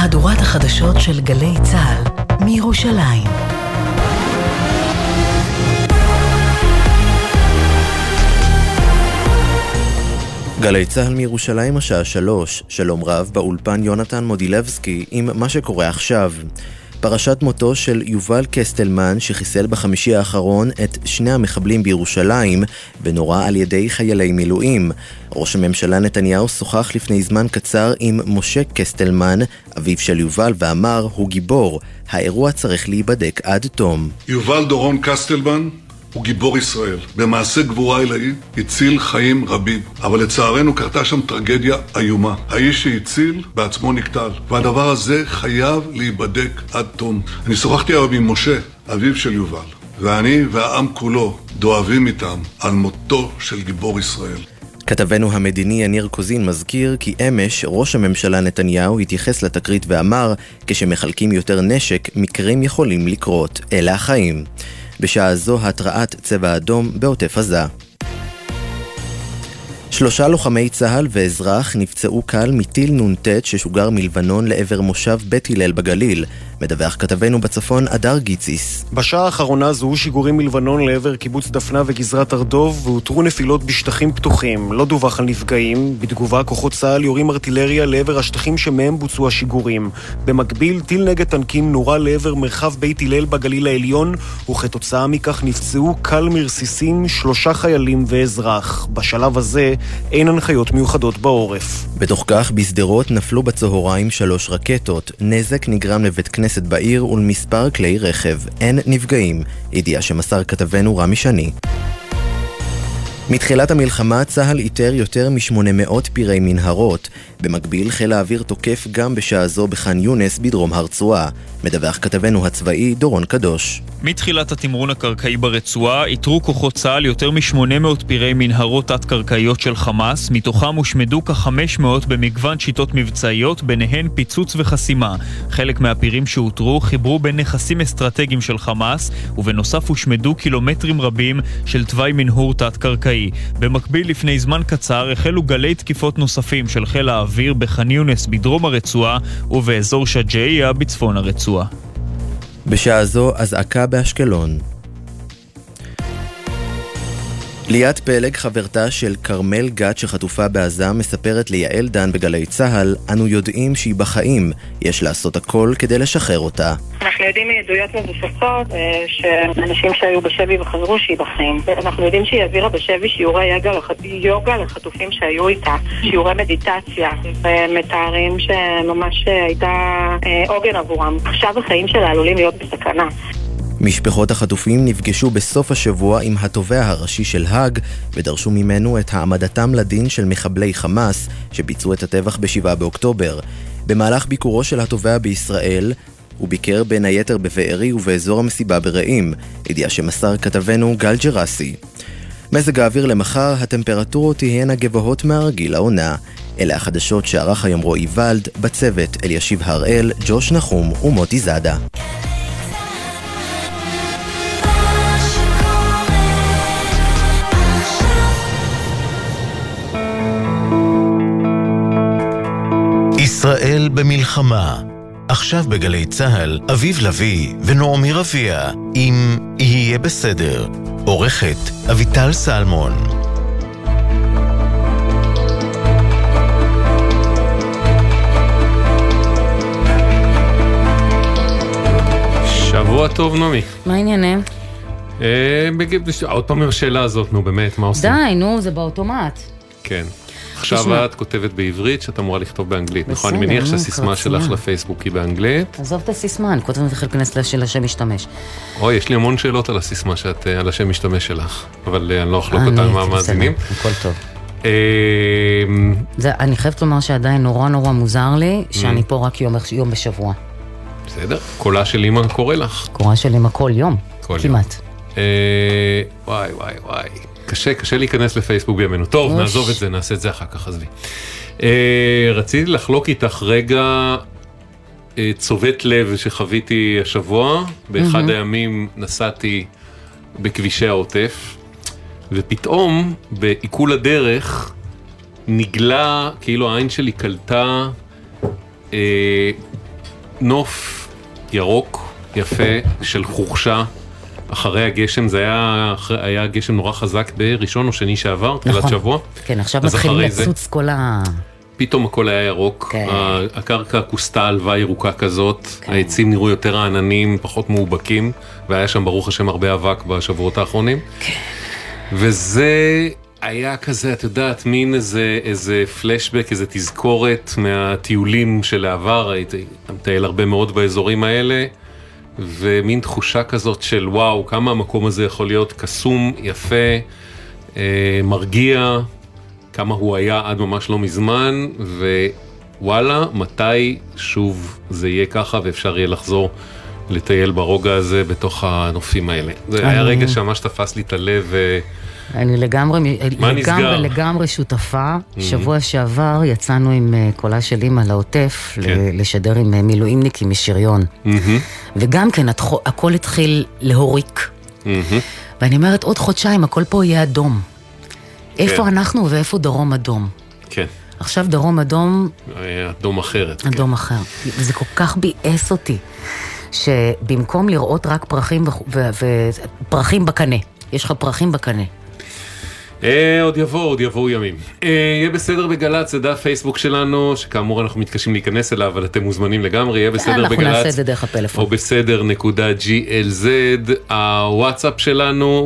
מהדורת החדשות של גלי צהל מירושלים. גלי צהל מירושלים השעה 3, שלום רב, באולפן יונתן מודילבסקי עם מה שקורה עכשיו. פרשת מותו של יובל קסטלמן שחיסל בחמישי האחרון את שני המחבלים בירושלים ונורה על ידי חיילי מילואים. ראש הממשלה נתניהו שוחח לפני זמן קצר עם משה קסטלמן, אביו של יובל, ואמר הוא גיבור, האירוע צריך להיבדק עד תום. יובל דורון קסטלמן הוא גיבור ישראל. במעשה גבורה עילאי הציל חיים רבים. אבל לצערנו קרתה שם טרגדיה איומה. האיש שהציל בעצמו נקטל. והדבר הזה חייב להיבדק עד תום. אני שוחחתי היום עם משה, אביו של יובל. ואני והעם כולו דואבים איתם על מותו של גיבור ישראל. כתבנו המדיני יניר קוזין מזכיר כי אמש ראש הממשלה נתניהו התייחס לתקרית ואמר, כשמחלקים יותר נשק, מקרים יכולים לקרות. אלה החיים. בשעה זו התרעת צבע אדום בעוטף עזה. 3 לוחמי צהל ואזרח נפצעו קל מטיל נונטט ששוגר מלבנון לעבר מושב בית הלל בגליל. מדווח כתבנו בצפון אדר גיציס. בשעה האחרונה זוהו שיגורים מלבנון לעבר קיבוץ דפנה וגזרת ארדוב, והותרו נפילות בשטחים פתוחים. לא דווח על נפגעים. בתגובה כוחות צהל יורים ארטילריה לעבר השטחים שמהם בוצעו השיגורים. במקביל טיל נגד טנקים נורה לעבר מרחב בית הלל בגליל העליון, וכתוצאה מכך נפצעו קל מרסיסים 3 חיילים ואזרח. בשלב הזה אין הנחיות מיוחדות בעורף. בתוך כך בסדרות נפלו בצהריים 3 רקטות. נזק נגרם לבית כנסת בעיר ולמספר כלי רכב. אין נפגעים. ידיעה שמסר כתבנו רמי שני. מתחילת המלחמה צהל איתר יותר מ-800 פירי מנהרות. במקביל חיל האוויר תוקף גם בשעה זו בח'אן יונס בדרום הרצועה. מדווח כתבנו הצבאי דורון קדוש. מתחילת התמרון הקרקעי ברצועה איתרו כוחות צהל יותר מ-800 פירי מנהרות תת-קרקעיות של חמאס, מתוכם הושמדו כ-500 במגוון שיטות מבצעיות, ביניהן פיצוץ וחסימה. חלק מהפירים שאותרו חיברו בין נכסים אסטרטגיים של חמאס, ובנוסף הושמדו קילומטרים רבים של תוואי מנהור תת-קרקעי. במקביל לפני זמן קצר החלו גלי תקיפות נוספים של חיל האוויר בח'אן יונס בדרום הרצועה ובאזור שג'אעיה בצפון הרצועה. בשעה זו אזעקה באשקלון. ליאת פלג, חברתה של קרמל גת שחטופה בעזה, מספרת ליעל דן בגלי צהל, אנו יודעים שהיא בחיים, יש לעשות הכל כדי לשחרר אותה. אנחנו יודעים מעדויות מבוססות שאנשים שהיו בשבי וחזרו שהיא בחיים. אנחנו יודעים שהיא העבירה בשבי שיעורי יוגה לחטופים שהיו איתה, שיעורי מדיטציה, ומתארים שממש הייתה עוגן עבורם. עכשיו החיים שלה עלולים להיות בסכנה. משפחות החטופים נפגשו בסוף השבוע עם התובע הראשי של האג ודרשו ממנו את העמדתם לדין של מחבלי חמאס שביצעו את הטבח ב7 באוקטובר. במהלך ביקורו של התובע בישראל הוא ביקר בין היתר בבארי ובאזור המסיבה ברעים, ידיעה שמסר כתבנו גל ג'רסי. מזג האוויר למחר, הטמפרטורות תהיינה גבוהות מהרגיל העונה. אלה החדשות שערך היום רועי ולד, בצוות אלישיב הראל, ג'וש נחום ומוטי זאדה. ישראל במלחמה. עכשיו בגלי צהל, אביב לוי ונעמי רביע עם יהיה בסדר. עורכת אביטל סלמון. שבוע טוב נעמי. מה העניינים? עוד פעם השאלה הזאת, נו באמת, מה עושים? די, נו, זה באוטומט. כן. עכשיו את כותבת בעברית שאתה אמורה לכתוב באנגלית, נכון? אני מניח שהסיסמה שלך לפייסבוק היא באנגלית. עזוב את הסיסמה, אני כותבת לך להיכנס לשם משתמש. אוי, יש לי המון שאלות על הסיסמה על השם משתמש שלך, אבל אני לא אחלוק אותן מהמאזינים. הכל טוב. אני חייבת לומר שעדיין נורא מוזר לי, שאני פה רק יום בשבוע. בסדר, קולה של אמא קורא לך. קולה של אמא כל יום, כמעט. וואי. קשה להיכנס לפייסבוק בימינו. טוב, נעזוב את זה, נעשה את זה אחר כך, עזבי. רציתי לחלוק איתך רגע צוות לב שחוויתי השבוע. באחד הימים נסעתי בכבישי העוטף, ופתאום בעיכול הדרך נגלה, כאילו העין שלי קלטה נוף ירוק, יפה, של חורשה. אחרי הגשם, זה היה גשם נורא חזק בראשון או שני שעבר, תחילת שבוע. כן, עכשיו מתחילים לצוץ כל פתאום הכל היה ירוק, הקרקע כוסתה עלווה ירוקה כזאת, העצים נראו יותר העננים, פחות מאובקים, והיה שם ברוך השם הרבה אבק בשבועות האחרונים. וזה היה כזה, את יודעת, מין איזה פלשבק, איזה תזכורת מהטיולים של העבר, הייתי מטייל הרבה מאוד באזורים האלה, ומין תחושה כזאת של וואו, כמה המקום הזה יכול להיות קסום, יפה, מרגיע, כמה הוא היה עד ממש לא מזמן, ווואלה, מתי שוב זה יהיה ככה ואפשר יהיה לחזור לטייל ברוגע הזה בתוך הנופים האלה. זה היה רגע שממש תפס לי את הלב. אני לגמרי שותפה. שבוע שעבר יצאנו עם קולה של אמא לעוטף, לשדר עם מילואימניקים משריון. וגם כן, הכל התחיל להוריק. ואני אומרת, עוד חודשיים, הכל פה יהיה אדום. איפה אנחנו ואיפה דרום אדום? כן. עכשיו דרום אדום... אדום אחרת. אדום אחר. וזה כל כך ביאס אותי, שבמקום לראות רק פרחים בקנה, יש לך פרחים בקנה. עוד יבואו ימים. יהיה בסדר בגלץ, זה דף פייסבוק שלנו, שכאמור אנחנו מתקשים להיכנס אליו, אבל אתם מוזמנים לגמרי, יהיה בסדר בגלץ. אנחנו נעשה את זה דרך הפלאפון. או בסדר.glz, הוואטסאפ שלנו,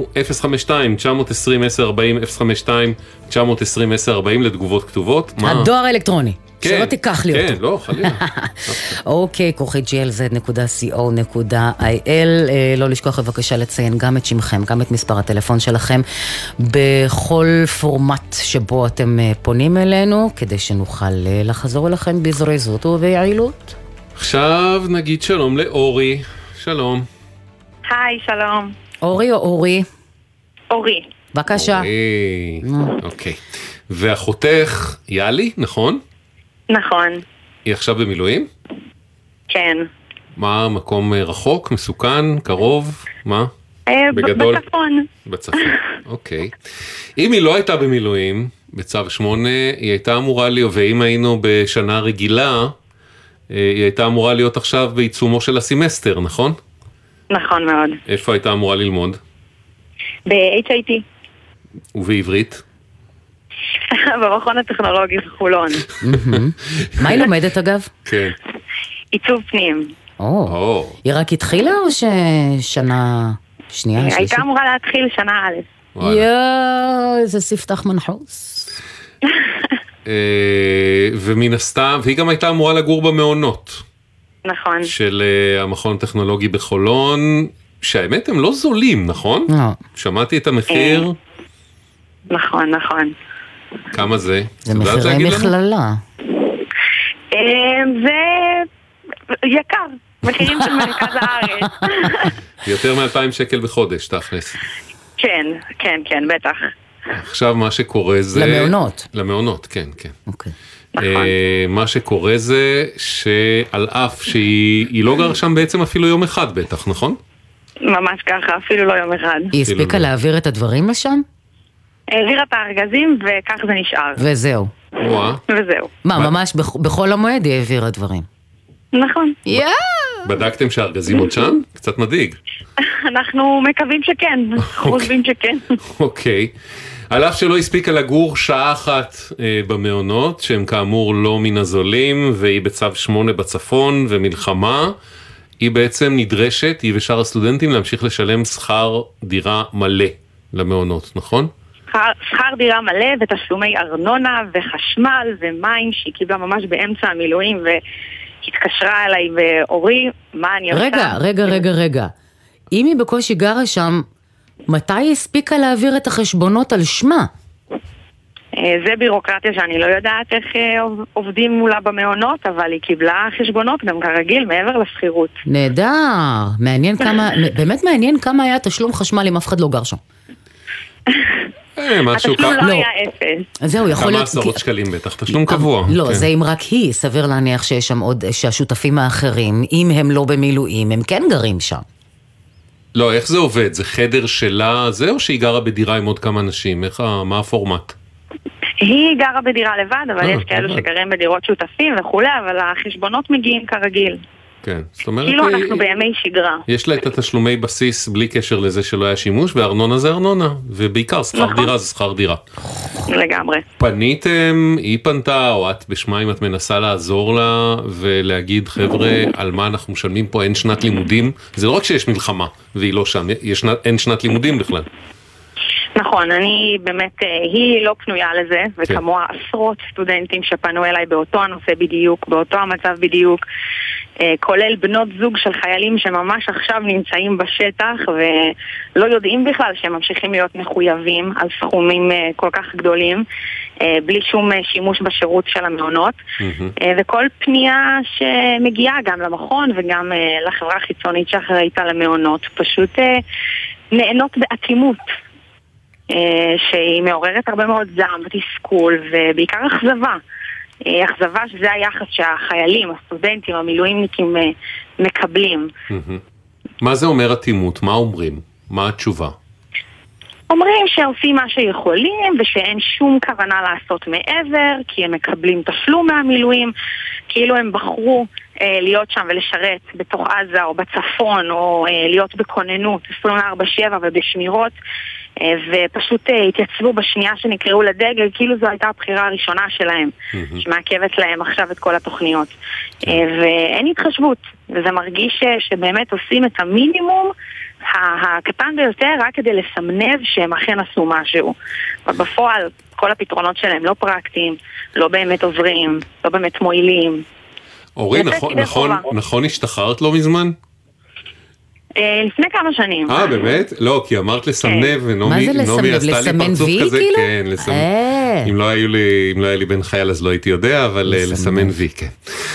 052-920-1040, 052-920-1040 לתגובות כתובות. הדואר האלקטרוני. שלא תיקח לי אותו. כן, לא, חלילה. אוקיי, glz.co.il. לא לשכוח בבקשה לציין גם את שמכם, גם את מספר הטלפון שלכם, בכל פורמט שבו אתם פונים אלינו, כדי שנוכל לחזור אליכם בזריזות וביעילות. עכשיו נגיד שלום לאורי. שלום. היי, שלום. אורי או אורי? אורי. בבקשה. אוקיי. ואחותך יאלי, נכון? נכון. היא עכשיו במילואים? כן. מה, מקום רחוק, מסוכן, קרוב? מה? בגדול? בצפון, אוקיי. אם היא לא הייתה במילואים, בצו 8, היא הייתה אמורה להיות, ואם היינו בשנה רגילה, היא הייתה אמורה להיות עכשיו בעיצומו של הסמסטר, נכון? נכון מאוד. איפה הייתה אמורה ללמוד? ב-HIT. ובעברית? במכון הטכנולוגי חולון. מה היא לומדת אגב? כן. עיצוב פנים. היא רק התחילה או ששנה שנייה? הייתה אמורה להתחיל שנה א'. איזה ספתח מנחוס. ומן הסתם, והיא גם הייתה אמורה לגור במעונות. נכון. של המכון הטכנולוגי בחולון, שהאמת הם לא זולים, נכון? לא. שמעתי את המחיר. נכון. כמה זה? זה מחירי מכללה. זה יקר. מחירים של מרכז הארץ. יותר מ-2,000 שקל בחודש, תכלס. כן, בטח. עכשיו מה שקורה זה... למעונות, כן. אוקיי. מה שקורה זה שעל אף שהיא לא גר שם בעצם אפילו יום אחד בטח, נכון? ממש ככה, אפילו לא יום אחד. היא הספיקה להעביר את הדברים לשם? העבירה את הארגזים וכך זה נשאר. וזהו. וזהו. מה, ממש בכל המועד היא העבירה דברים? נכון. בדקתם שהארגזים עוד שם? קצת מדאיג. אנחנו מקווים שכן, חושבים שכן. אוקיי. על אף שלא הספיקה לגור שעה אחת במעונות, שהם כאמור לא מן הזולים, והיא בצו 8 בצפון ומלחמה, היא בעצם נדרשת, היא ושאר הסטודנטים, להמשיך לשלם שכר דירה מלא למעונות, נכון? שכר דירה מלא ותשלומי ארנונה וחשמל ומים שהיא קיבלה ממש באמצע המילואים והתקשרה אליי ואורי, מה אני עושה? רגע. אם היא בקושי גרה שם, מתי היא הספיקה להעביר את החשבונות על שמה? זה בירוקרטיה שאני לא יודעת איך עובדים מולה במעונות, אבל היא קיבלה חשבונות גם כרגיל מעבר לשכירות. נהדר, באמת מעניין כמה היה תשלום חשמל אם אף אחד לא גר שם. התשלום לא היה אפס. זהו, יכול להיות... כמה עשרות שקלים בטח, תשלום קבוע. לא, זה אם רק היא, סביר להניח שיש שם עוד, שהשותפים האחרים, אם הם לא במילואים, הם כן גרים שם. לא, איך זה עובד? זה חדר שלה, זה או שהיא גרה בדירה עם עוד כמה אנשים? מה הפורמט? היא גרה בדירה לבד, אבל יש כאלו שגרים בדירות שותפים וכולי, אבל החשבונות מגיעים כרגיל. כן. זאת אומרת, כאילו אנחנו בימי שגרה. יש לה את התשלומי בסיס בלי קשר לזה שלא היה שימוש, וארנונה זה ארנונה, ובעיקר שכר דירה זה שכר דירה. לגמרי. פניתם, היא פנתה, או את בשמה אם את מנסה לעזור לה, ולהגיד, חבר'ה, על מה אנחנו משלמים פה, אין שנת לימודים, זה לא רק שיש מלחמה, והיא לא שם, אין שנת לימודים בכלל. נכון, אני באמת, היא לא פנויה לזה, וכמוה עשרות סטודנטים שפנו אליי באותו הנושא בדיוק, באותו המצב בדיוק, כולל בנות זוג של חיילים שממש עכשיו נמצאים בשטח ולא יודעים בכלל שהם ממשיכים להיות מחויבים על סכומים כל כך גדולים, בלי שום שימוש בשירות של המעונות, וכל פנייה שמגיעה גם למכון וגם לחברה החיצונית שאחראית על המעונות, פשוט נהנות באטימות. שהיא מעוררת הרבה מאוד זעם ותסכול ובעיקר אכזבה שזה היחס שהחיילים, הסטודנטים, המילואימניקים מקבלים. מה זה אומר אטימות? מה אומרים? מה התשובה? אומרים שעושים מה שיכולים ושאין שום כוונה לעשות מעבר, כי הם מקבלים תשלום מהמילואים, כאילו הם בחרו להיות שם ולשרת בתוך עזה או בצפון או להיות בכוננות 24/7 ובשמירות, ופשוט התייצבו בשנייה שנקראו לדגל, כאילו זו הייתה הבחירה הראשונה שלהם, שמעכבת להם עכשיו את כל התוכניות. ואין התחשבות, וזה מרגיש שבאמת עושים את המינימום הקטן ביותר רק כדי לסמנב שהם אכן עשו משהו. אבל בפועל כל הפתרונות שלהם לא פרקטיים, לא באמת עוברים, לא באמת מועילים. אורי, נכון השתחררת לא מזמן? לפני כמה שנים. באמת? לא, כי אמרת לסמנב, ונומי עשתה לי פרצוף כזה, כן, אם לא היה לי בן חייל אז לא הייתי יודע, אבל לסמן וי, כן.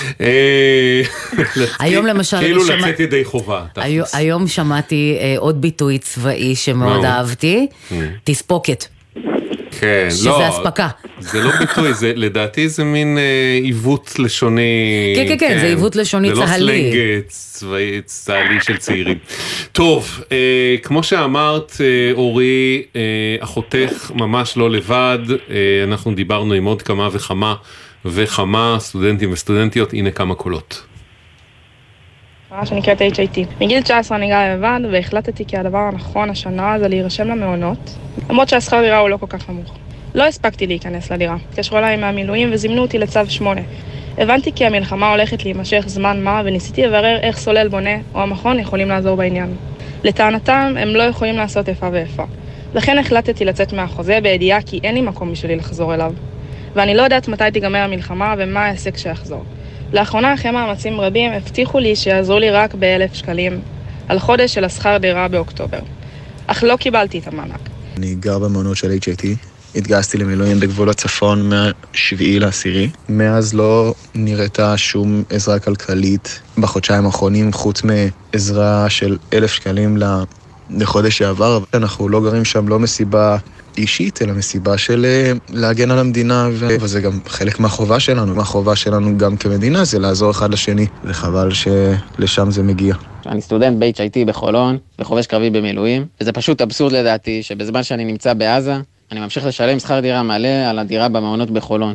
היום למשל, כאילו לצאת ידי חובה. היום שמעתי עוד ביטוי צבאי שמאוד אהבתי, תספוקת. כן, שזה הספקה. זה לא ביטוי, לדעתי זה מין עיוות לשוני. כן, זה עיוות לשוני צהלי. זה לא סלנג צהלי של צעירים. טוב, כמו שאמרת, אורי, אחותך ממש לא לבד, אנחנו דיברנו עם עוד כמה וכמה סטודנטים וסטודנטיות, הנה כמה קולות. שנקראת HIT. מגיל 19 אני גרה לבד והחלטתי כי הדבר הנכון השנה זה להירשם למעונות, למרות שהשכר דירה הוא לא כל כך נמוך. לא הספקתי להיכנס לדירה, התקשרו אליי מהמילואים וזימנו אותי לצו 8. הבנתי כי המלחמה הולכת להימשך זמן מה וניסיתי לברר איך סולל בונה או המכון יכולים לעזור בעניין. לטענתם הם לא יכולים לעשות איפה ואיפה. לכן החלטתי לצאת מהחוזה בידיעה כי אין לי מקום בשבילי לחזור אליו. ואני לא יודעת מתי תיגמר המלחמה ומה העסק שיחזור. לאחרונה אחרי מאמצים רבים הבטיחו לי שיעזרו לי רק ב1,000 שקלים על חודש של השכר דירה באוקטובר. אך לא קיבלתי את המענק. אני גר במעונות של HIT. התגייסתי למילואים בגבול הצפון מה-7/10. מאז לא נראתה שום עזרה כלכלית בחודשיים האחרונים, חוץ מעזרה של 1,000 שקלים לחודש שעבר. אנחנו לא גרים שם לא מסיבה אישית, אלא מסיבה של להגן על המדינה, וזה גם חלק מהחובה שלנו. מהחובה שלנו גם כמדינה זה לעזור אחד לשני, וחבל שלשם זה מגיע. אני סטודנט ב-HIT בחולון, וחובש קרבי במילואים, וזה פשוט אבסורד לדעתי שבזמן שאני נמצא בעזה, אני ממשיך לשלם שכר דירה מלא על הדירה במעונות בחולון.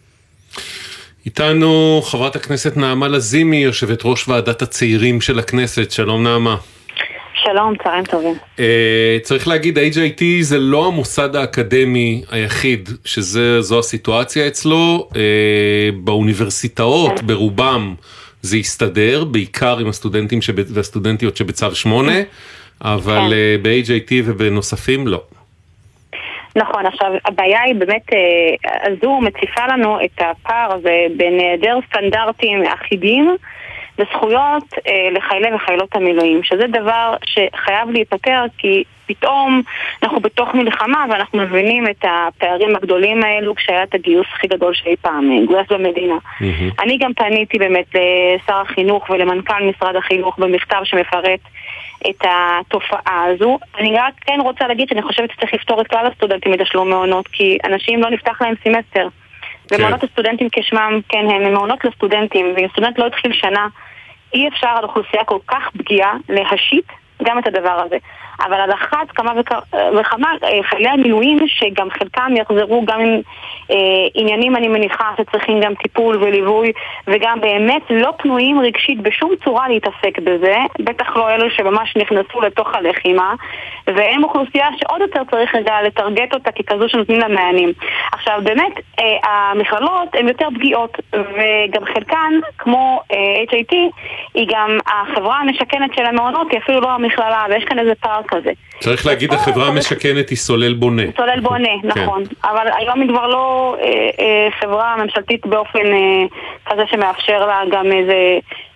איתנו חברת הכנסת נעמה לזימי, יושבת ראש ועדת הצעירים של הכנסת. שלום נעמה. שלום, צהריים טובים. צריך להגיד, HIT זה לא המוסד האקדמי היחיד שזו הסיטואציה אצלו. באוניברסיטאות ברובם זה יסתדר, בעיקר עם הסטודנטים והסטודנטיות שבצו 8, אבל ב-HIT ובנוספים לא. נכון, עכשיו הבעיה היא באמת, הזו מציפה לנו את הפער הזה בין היעדר סטנדרטים אחידים וזכויות לחיילי וחיילות המילואים, שזה דבר שחייב להיפטר, כי פתאום אנחנו בתוך מלחמה ואנחנו מבינים את הפערים הגדולים האלו כשהיה את הגיוס הכי גדול שאי פעם גויס במדינה. אני גם פניתי באמת לשר החינוך ולמנכ"ל משרד החינוך במכתב שמפרט את התופעה הזו. אני רק כן רוצה להגיד שאני חושבת שצריך לפתור את כלל הסטודנטים מתשלום מעונות, כי אנשים לא נפתח להם סמסטר. ומעונות הסטודנטים כשמם, כן, הם מעונות לסטודנטים, ואם סטודנט לא התחיל שנה, אי אפשר על אוכלוסייה כל כך פגיעה להשית גם את הדבר הזה. אבל על אחת כמה וכמה חיילי המילואים שגם חלקם יחזרו גם עם עניינים, אני מניחה שצריכים גם טיפול וליווי, וגם באמת לא פנויים רגשית בשום צורה להתעסק בזה, בטח לא אלו שממש נכנסו לתוך הלחימה, והם אוכלוסייה שעוד יותר צריך רגע לטרגט אותה ככזו שנותנים לה מענים. עכשיו באמת המכללות הן יותר פגיעות, וגם חלקן כמו HIT היא גם החברה המשכנת של המעונות, היא אפילו לא המכללה, ויש כאן איזה פער כזה. צריך להגיד, החברה המשכנת היא סולל בונה. סולל בונה, נכון. אבל היום היא כבר לא חברה ממשלתית באופן כזה שמאפשר לה גם איזה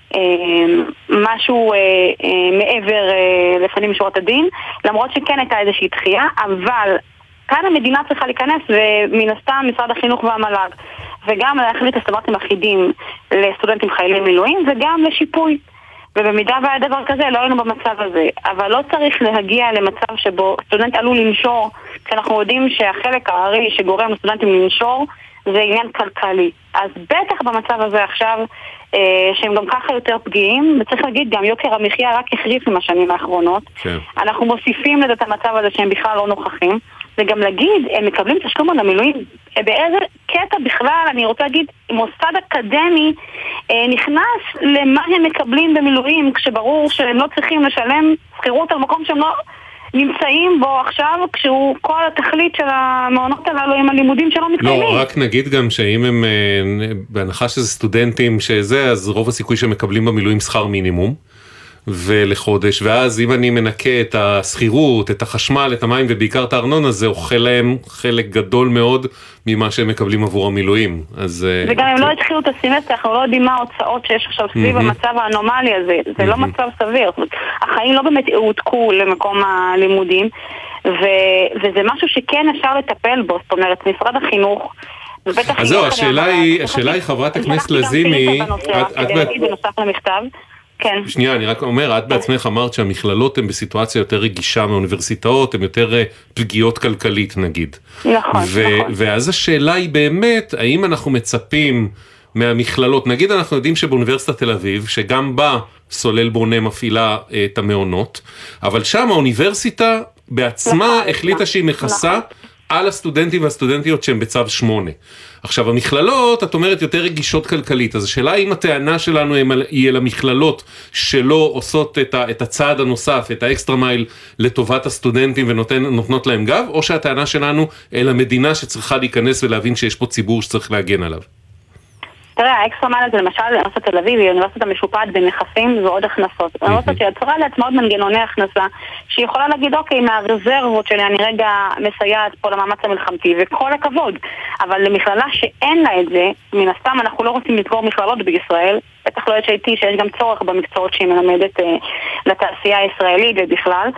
משהו מעבר לפנים משורת הדין, למרות שכן הייתה איזושהי דחייה, אבל כאן המדינה צריכה להיכנס, ומן הסתם משרד החינוך והמל"ג, וגם להחליט סטנדרטים אחידים לסטודנטים חיילים מילואים, וגם לשיפוי. ובמידה והיה דבר כזה, לא היינו במצב הזה. אבל לא צריך להגיע למצב שבו סטודנט עלול לנשור, כשאנחנו יודעים שהחלק הארי שגורם לסטודנטים לנשור, זה עניין כלכלי. אז בטח במצב הזה עכשיו, שהם גם ככה יותר פגיעים, וצריך להגיד, גם יוקר המחיה רק החריף עם השנים האחרונות. כן. אנחנו מוסיפים לזה את המצב הזה שהם בכלל לא נוכחים. וגם להגיד, הם מקבלים תשלום על המילואים. באיזה קטע בכלל, אני רוצה להגיד, מוסד אקדמי נכנס למה הם מקבלים במילואים, כשברור שהם לא צריכים לשלם שכירות על מקום שהם לא נמצאים בו עכשיו, כשהוא כל התכלית של המעונות הללו עם הלימודים שלא מתקיימים. לא, רק נגיד גם שאם הם, בהנחה שזה סטודנטים שזה, אז רוב הסיכוי שהם מקבלים במילואים שכר מינימום. ולחודש, ואז אם אני מנקה את הסחירות, את החשמל, את המים ובעיקר את הארנונה, זה אוכל להם חלק גדול מאוד ממה שהם מקבלים עבור המילואים. וגם הם לא התחילו את הסמסטר, אנחנו לא יודעים מה ההוצאות שיש עכשיו סביב המצב האנומלי הזה, זה לא מצב סביר, החיים לא באמת הועתקו למקום הלימודים, וזה משהו שכן אפשר לטפל בו, זאת אומרת, משרד החינוך, אז זהו, השאלה היא חברת הכנסת לזימי, בנוסף למכתב, כן. שנייה, אני רק אומר, את בעצמך אמרת שהמכללות הן בסיטואציה יותר רגישה מהאוניברסיטאות, הן יותר פגיעות כלכלית נגיד. נכון. ואז השאלה היא באמת, האם אנחנו מצפים מהמכללות, נגיד אנחנו יודעים שבאוניברסיטת תל אביב, שגם בה סולל בונה מפעילה את המעונות, אבל שם האוניברסיטה בעצמה החליטה שהיא מכסה על הסטודנטים והסטודנטיות שהם בצו 8. עכשיו, המכללות, את אומרת, יותר רגישות כלכלית, אז השאלה אם הטענה שלנו היא אל המכללות שלא עושות את הצעד הנוסף, את האקסטרה מייל לטובת הסטודנטים ונותנות להם גב, או שהטענה שלנו אל המדינה שצריכה להיכנס ולהבין שיש פה ציבור שצריך להגן עליו. תראה, האקסטרה מייל הזה למשל לאוניברסיטת תל אביב, היא אוניברסיטה משופעת בנכסים ועוד הכנסות. אוניברסיטה שיצרה לעצמה עוד מנגנוני הכנסה, שהיא יכולה להגיד, אוקיי, מהרזרבות שלי אני רגע מסייעת פה למאמץ המלחמתי, וכל הכבוד. אבל למכללה שאין לה את זה, מן הסתם אנחנו לא רוצים לסגור מכללות בישראל, בטח לא HIT שיש גם צורך במקצועות שהיא מלמדת לתעשייה הישראלית ובכלל,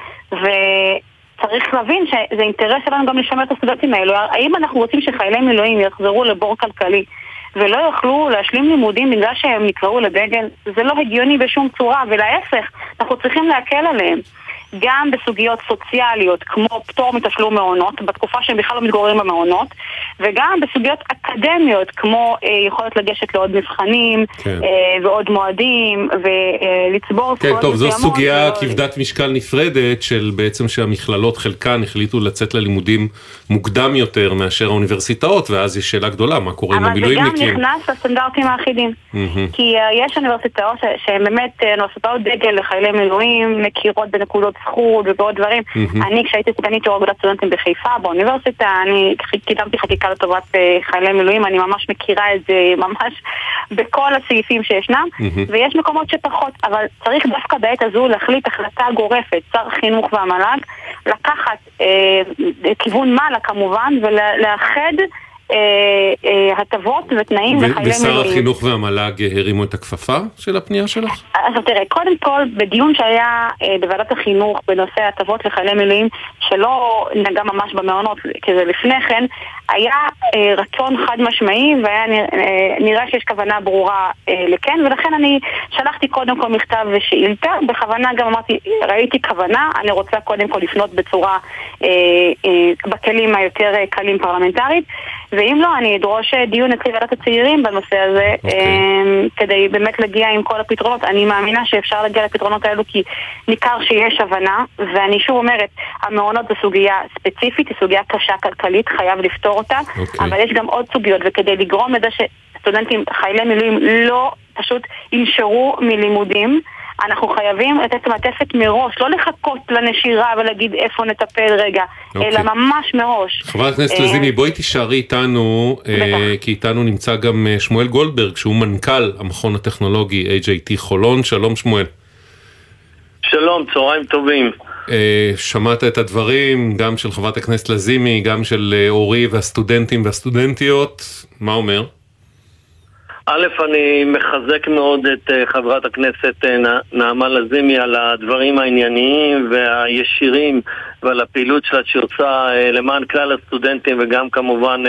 צריך להבין שזה אינטרס שלנו גם לשמר את הסטודנטים האלו. האם אנחנו רוצים שחיילי מילואים יחזרו לבור כלכלי ולא יוכלו להשלים לימודים בגלל שהם נקראו לדגל? זה לא הגיוני בשום צורה, ולהפך, אנחנו צריכים להקל עליהם. גם בסוגיות סוציאליות, כמו פטור מתשלום מעונות, בתקופה שהם בכלל לא מתגוררים במעונות, וגם בסוגיות אקדמיות, כמו יכולת לגשת לעוד מבחנים, ועוד מועדים, ולצבור... כן, טוב, זו סוגיה כבדת משקל נפרדת, של בעצם שהמכללות חלקן החליטו לצאת ללימודים מוקדם יותר מאשר האוניברסיטאות, ואז יש שאלה גדולה, מה קורה עם המילואימניקים? אבל זה גם נכנס לסטנדרטים האחידים. כי יש אוניברסיטאות שהן באמת אוניברסיטאות דגל לחיילי מילואים, מכירות בנקודות זכות ובעוד דברים. אני כשהייתי סגנית יו"ר אגודת סטודנטים בחיפה באוניברסיטה, אני קידמתי חקיקה לטובת חיילי מילואים, אני ממש מכירה את זה ממש בכל הסעיפים שישנם, ויש מקומות שפחות, אבל צריך דווקא בעת הזו להחליט החלטה גורפת, שר החינוך והמל"ג, לקחת כיוון מעלה כמובן, ולאחד הטבות ותנאים לחיילי מילואים. ושר החינוך והמל"ג הרימו את הכפפה של הפנייה שלך? אז תראה, קודם כל, בדיון שהיה בוועדת החינוך בנושא הטבות לחיילי מילואים, שלא נגע ממש במעונות, כי זה לפני כן, היה רצון חד משמעי, והיה נראה שיש כוונה ברורה לכן, ולכן אני שלחתי קודם כל מכתב ושאילתה, בכוונה גם אמרתי, ראיתי כוונה, אני רוצה קודם כל לפנות בצורה, בכלים היותר קלים פרלמנטרית, ואם לא, אני אדרוש דיון אצל ועדת הצעירים בנושא הזה, כדי באמת להגיע עם כל הפתרונות. אני מאמינה שאפשר להגיע לפתרונות האלו, כי ניכר שיש הבנה, ואני שוב אומרת, המעונות זו סוגיה ספציפית, היא סוגיה קשה כלכלית, חייב לפתור אותה, אבל יש גם עוד סוגיות, וכדי לגרום לזה שסטודנטים, חיילי מילואים, לא פשוט ינשרו מלימודים, אנחנו חייבים לתת מעטפת מראש, לא לחכות לנשירה ולהגיד איפה נטפל רגע, אלא ממש מראש. חברת הכנסת לזימי, בואי תישארי איתנו, כי איתנו נמצא גם שמואל גולדברג, שהוא מנכ"ל המכון הטכנולוגי HIT חולון. שלום שמואל. שלום, צהריים טובים. שמעת את הדברים, גם של חברת הכנסת לזימי, גם של אורי והסטודנטים והסטודנטיות, מה אומר? א', אני מחזק מאוד את חברת הכנסת נעמה לזימי על הדברים הענייניים והישירים ועל הפעילות שלה שעושה למען כלל הסטודנטים וגם כמובן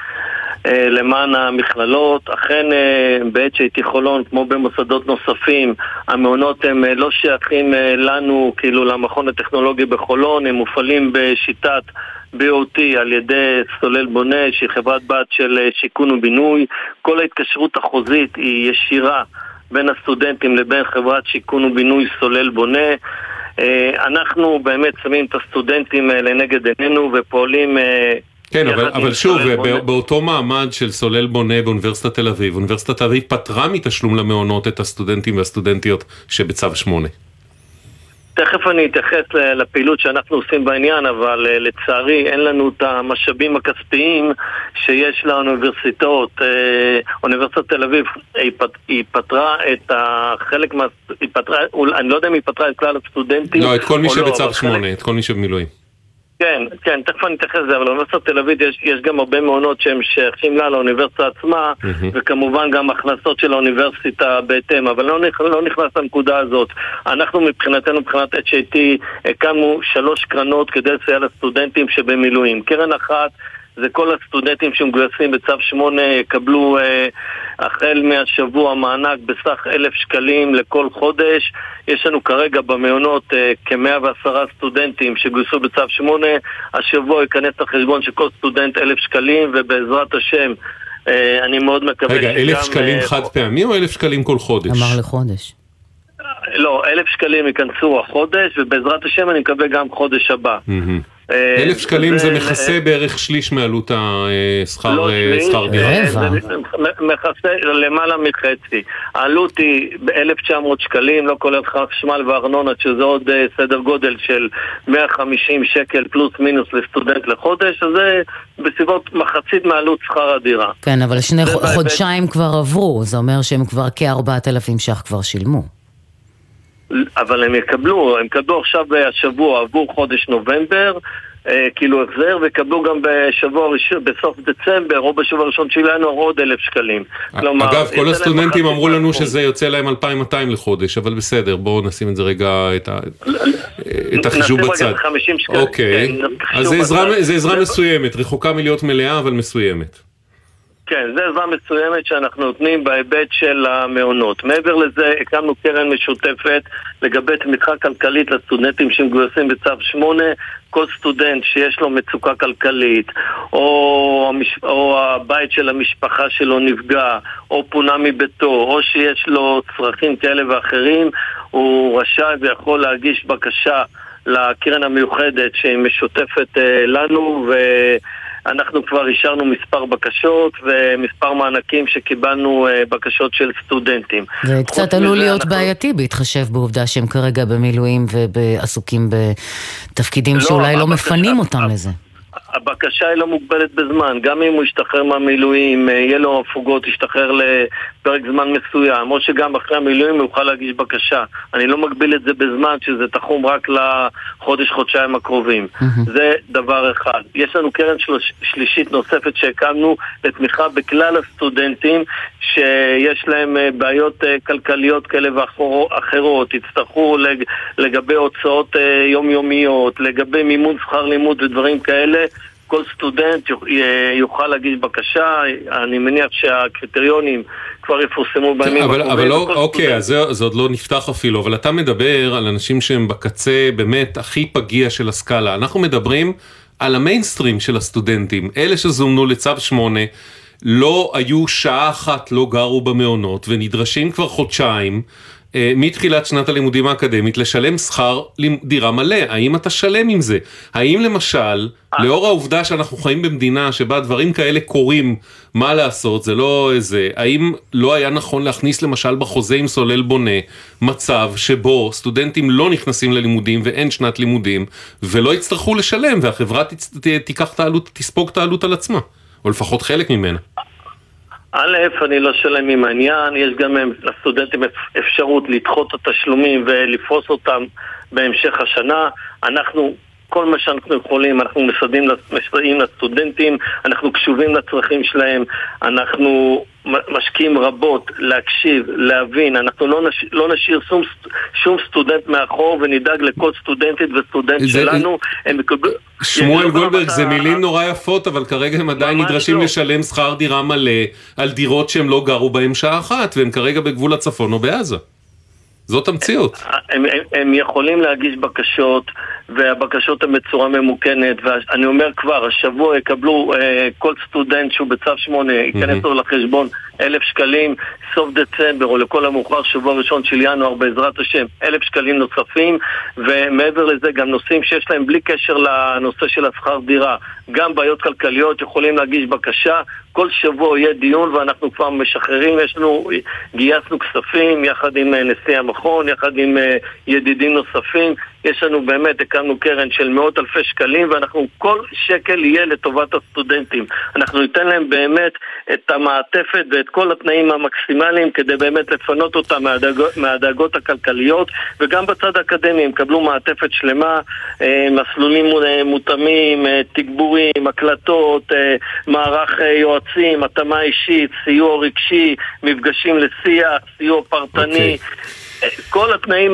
למען המכללות. אכן ב-HIT חולון, כמו במוסדות נוספים, המעונות הם לא שייכים לנו, כאילו למכון הטכנולוגי בחולון, הם מופעלים בשיטת BOT על ידי סולל בונה, שהיא חברת בת של שיכון ובינוי. כל ההתקשרות החוזית היא ישירה בין הסטודנטים לבין חברת שיכון ובינוי סולל בונה. אנחנו באמת שמים את הסטודנטים לנגד עינינו ופועלים כן, אבל שוב, באותו מעמד של סולל בונה באוניברסיטת תל אביב, אוניברסיטת תל אביב פטרה מתשלום למעונות את הסטודנטים והסטודנטיות שבצו 8. תכף אני אתייחס לפעילות שאנחנו עושים בעניין, אבל לצערי אין לנו את המשאבים הכספיים שיש לאוניברסיטאות. אוניברסיטת תל אביב היא פטרה את החלק אני לא יודע אם היא פטרה את כלל הסטודנטים. לא, את כל מי שבצו 8, את כל מי שבמילואים. כן, תכף אני אתייחס לזה, אבל באוניברסיטת תל אביב יש גם הרבה מעונות שהם שייכים לה לאוניברסיטה עצמה, וכמובן גם הכנסות של האוניברסיטה בהתאם, אבל לא נכנס לנקודה הזאת. אנחנו מבחינתנו, מבחינת HIT, הקמנו 3 קרנות כדי לסייע לסטודנטים שבמילואים. קרן אחת זה כל הסטודנטים שמגויסים בצו 8 יקבלו החל מהשבוע מענק בסך 1,000 שקלים לכל חודש. יש לנו כרגע במעונות כ-110 סטודנטים שגויסו בצו 8. השבוע ייכנס לחשבון שכל סטודנט 1,000 שקלים, ובעזרת השם אני מאוד מקווה רגע, 1,000 שקלים חד פעמי או 1,000 שקלים כל חודש? אמר לחודש. לא, 1,000 שקלים ייכנסו החודש, ובעזרת השם אני מקווה גם חודש הבא. 1,000 שקלים זה מכסה בערך שליש מעלות השכר דירה. מכסה למעלה מחצי. העלות היא ב-1,900 שקלים, לא כולל חשמל וארנונה, שזה עוד סדר גודל של 150 שקל פלוס מינוס לסטודנט לחודש, אז זה בסביבות מחצית מעלות שכר הדירה. כן, אבל 2 חודשיים כבר עברו, זה אומר שהם כבר כ-4,000 ש"ח כבר שילמו. אבל הם יקבלו עכשיו השבוע עבור חודש נובמבר, כאילו החזר, וקבלו גם בשבוע ראשון, בסוף דצמבר או בשבוע ראשון של ינואר עוד 1,000 שקלים. אגב, כל הסטודנטים אמרו לנו שזה יוצא להם 2,200 לחודש, אבל בסדר, בואו נשים את זה רגע, את החישוב בצד. אוקיי, אז זה עזרה מסוימת, רחוקה מלהיות מלאה, אבל מסוימת. כן, זה עזרה מסוימת שאנחנו נותנים בהיבט של המעונות. מעבר לזה, הקמנו קרן משותפת לגבי תמיכה כלכלית לסטודנטים שמגויסים בצו 8. כל סטודנט שיש לו מצוקה כלכלית, או הבית של המשפחה שלו נפגע, או פונה מביתו, או שיש לו צרכים כאלה ואחרים, הוא רשאי ויכול להגיש בקשה לקרן המיוחדת שהיא משותפת לנו, אנחנו כבר אישרנו מספר בקשות ומספר מענקים שקיבלנו בקשות של סטודנטים. זה קצת עלול להיות בעייתי בהתחשב בעובדה שהם כרגע במילואים ועסוקים בתפקידים שאולי לא מפנים אותם לזה. הבקשה היא לא מוגבלת בזמן, גם אם הוא ישתחרר מהמילואים, יהיה לו הפוגות, ישתחרר לפרק זמן מסוים, או שגם אחרי המילואים הוא יוכל להגיש בקשה. אני לא מגביל את זה בזמן, שזה תחום רק לחודש-חודשיים הקרובים. זה דבר אחד. יש לנו קרן שלישית נוספת שהקמנו לתמיכה בכלל הסטודנטים שיש להם בעיות כלכליות כאלה ואחרות, יצטרכו לגבי הוצאות יומיומיות, לגבי מימון שכר לימוד ודברים כאלה. כל סטודנט יוכל להגיש בקשה, אני מניח שהקריטריונים כבר יפורסמו בימים הקרובים. אבל לא, אוקיי, אז זה עוד לא נפתח אפילו, אבל אתה מדבר על אנשים שהם בקצה באמת הכי פגיע של הסקאלה. אנחנו מדברים על המיינסטרים של הסטודנטים. אלה שזומנו לצו 8, לא היו שעה אחת לא גרו במעונות, ונדרשים כבר חודשיים, מתחילת שנת הלימודים האקדמית, לשלם שכר דירה מלא. האם אתה שלם עם זה? האם למשל, לאור העובדה שאנחנו חיים במדינה שבה דברים כאלה קורים, מה לעשות, זה לא איזה, האם לא היה נכון להכניס למשל בחוזה עם סולל בונה, מצב שבו סטודנטים לא נכנסים ללימודים ואין שנת לימודים, ולא יצטרכו לשלם, והחברה תיקח את העלות, תספוג את העלות על עצמה, או לפחות חלק ממנה? א', אני לא שלם עם העניין, יש גם לסטודנטים אפשרות לדחות את התשלומים ולפרוס אותם בהמשך השנה. אנחנו, כל מה שאנחנו יכולים, אנחנו מסייעים לסטודנטים, אנחנו קשובים לצרכים שלהם, אנחנו משקיעים רבות להקשיב, להבין, אנחנו לא נשאיר שום סטודנט מאחור, ונדאג לכל סטודנטית וסטודנט שלנו. שמואל גולדברג, זה מילים נורא יפות, אבל כרגע הם עדיין נדרשים לשלם שכר דירה מלא על דירות שהם לא גרו בהם שעה אחת, והם כרגע בגבול הצפון או בעזה. זאת המציאות. הם יכולים להגיש בקשות, והבקשות הן בצורה ממוכנת, ואני אומר כבר, השבוע יקבלו כל סטודנט שהוא בצו 8, ייכנס לו לחשבון 1,000 שקלים, סוף דצמבר או לכל המאוחר שבוע ראשון של ינואר בעזרת השם, 1,000 שקלים נוספים, ומעבר לזה גם נושאים שיש להם בלי קשר לנושא של השכר דירה, גם בעיות כלכליות יכולים להגיש בקשה, כל שבוע יהיה דיון ואנחנו כבר משחררים, גייסנו כספים יחד עם נשיא המכון, יחד עם ידידים נוספים, יש לנו באמת, הקמנו קרן של מאות אלפי שקלים, ואנחנו כל שקל יהיה לטובת הסטודנטים. אנחנו ניתן להם באמת את המעטפת ואת כל התנאים המקסימליים, כדי באמת לפנות אותם מהדאגות הכלכליות, וגם בצד האקדמי הם קבלו מעטפת שלמה, מסלולים מותאמים, תגבורים, הקלטות, מערך יועצים, התאמה אישית, סיוע רגשי, מפגשים לשיח, סיוע פרטני, כל התנאים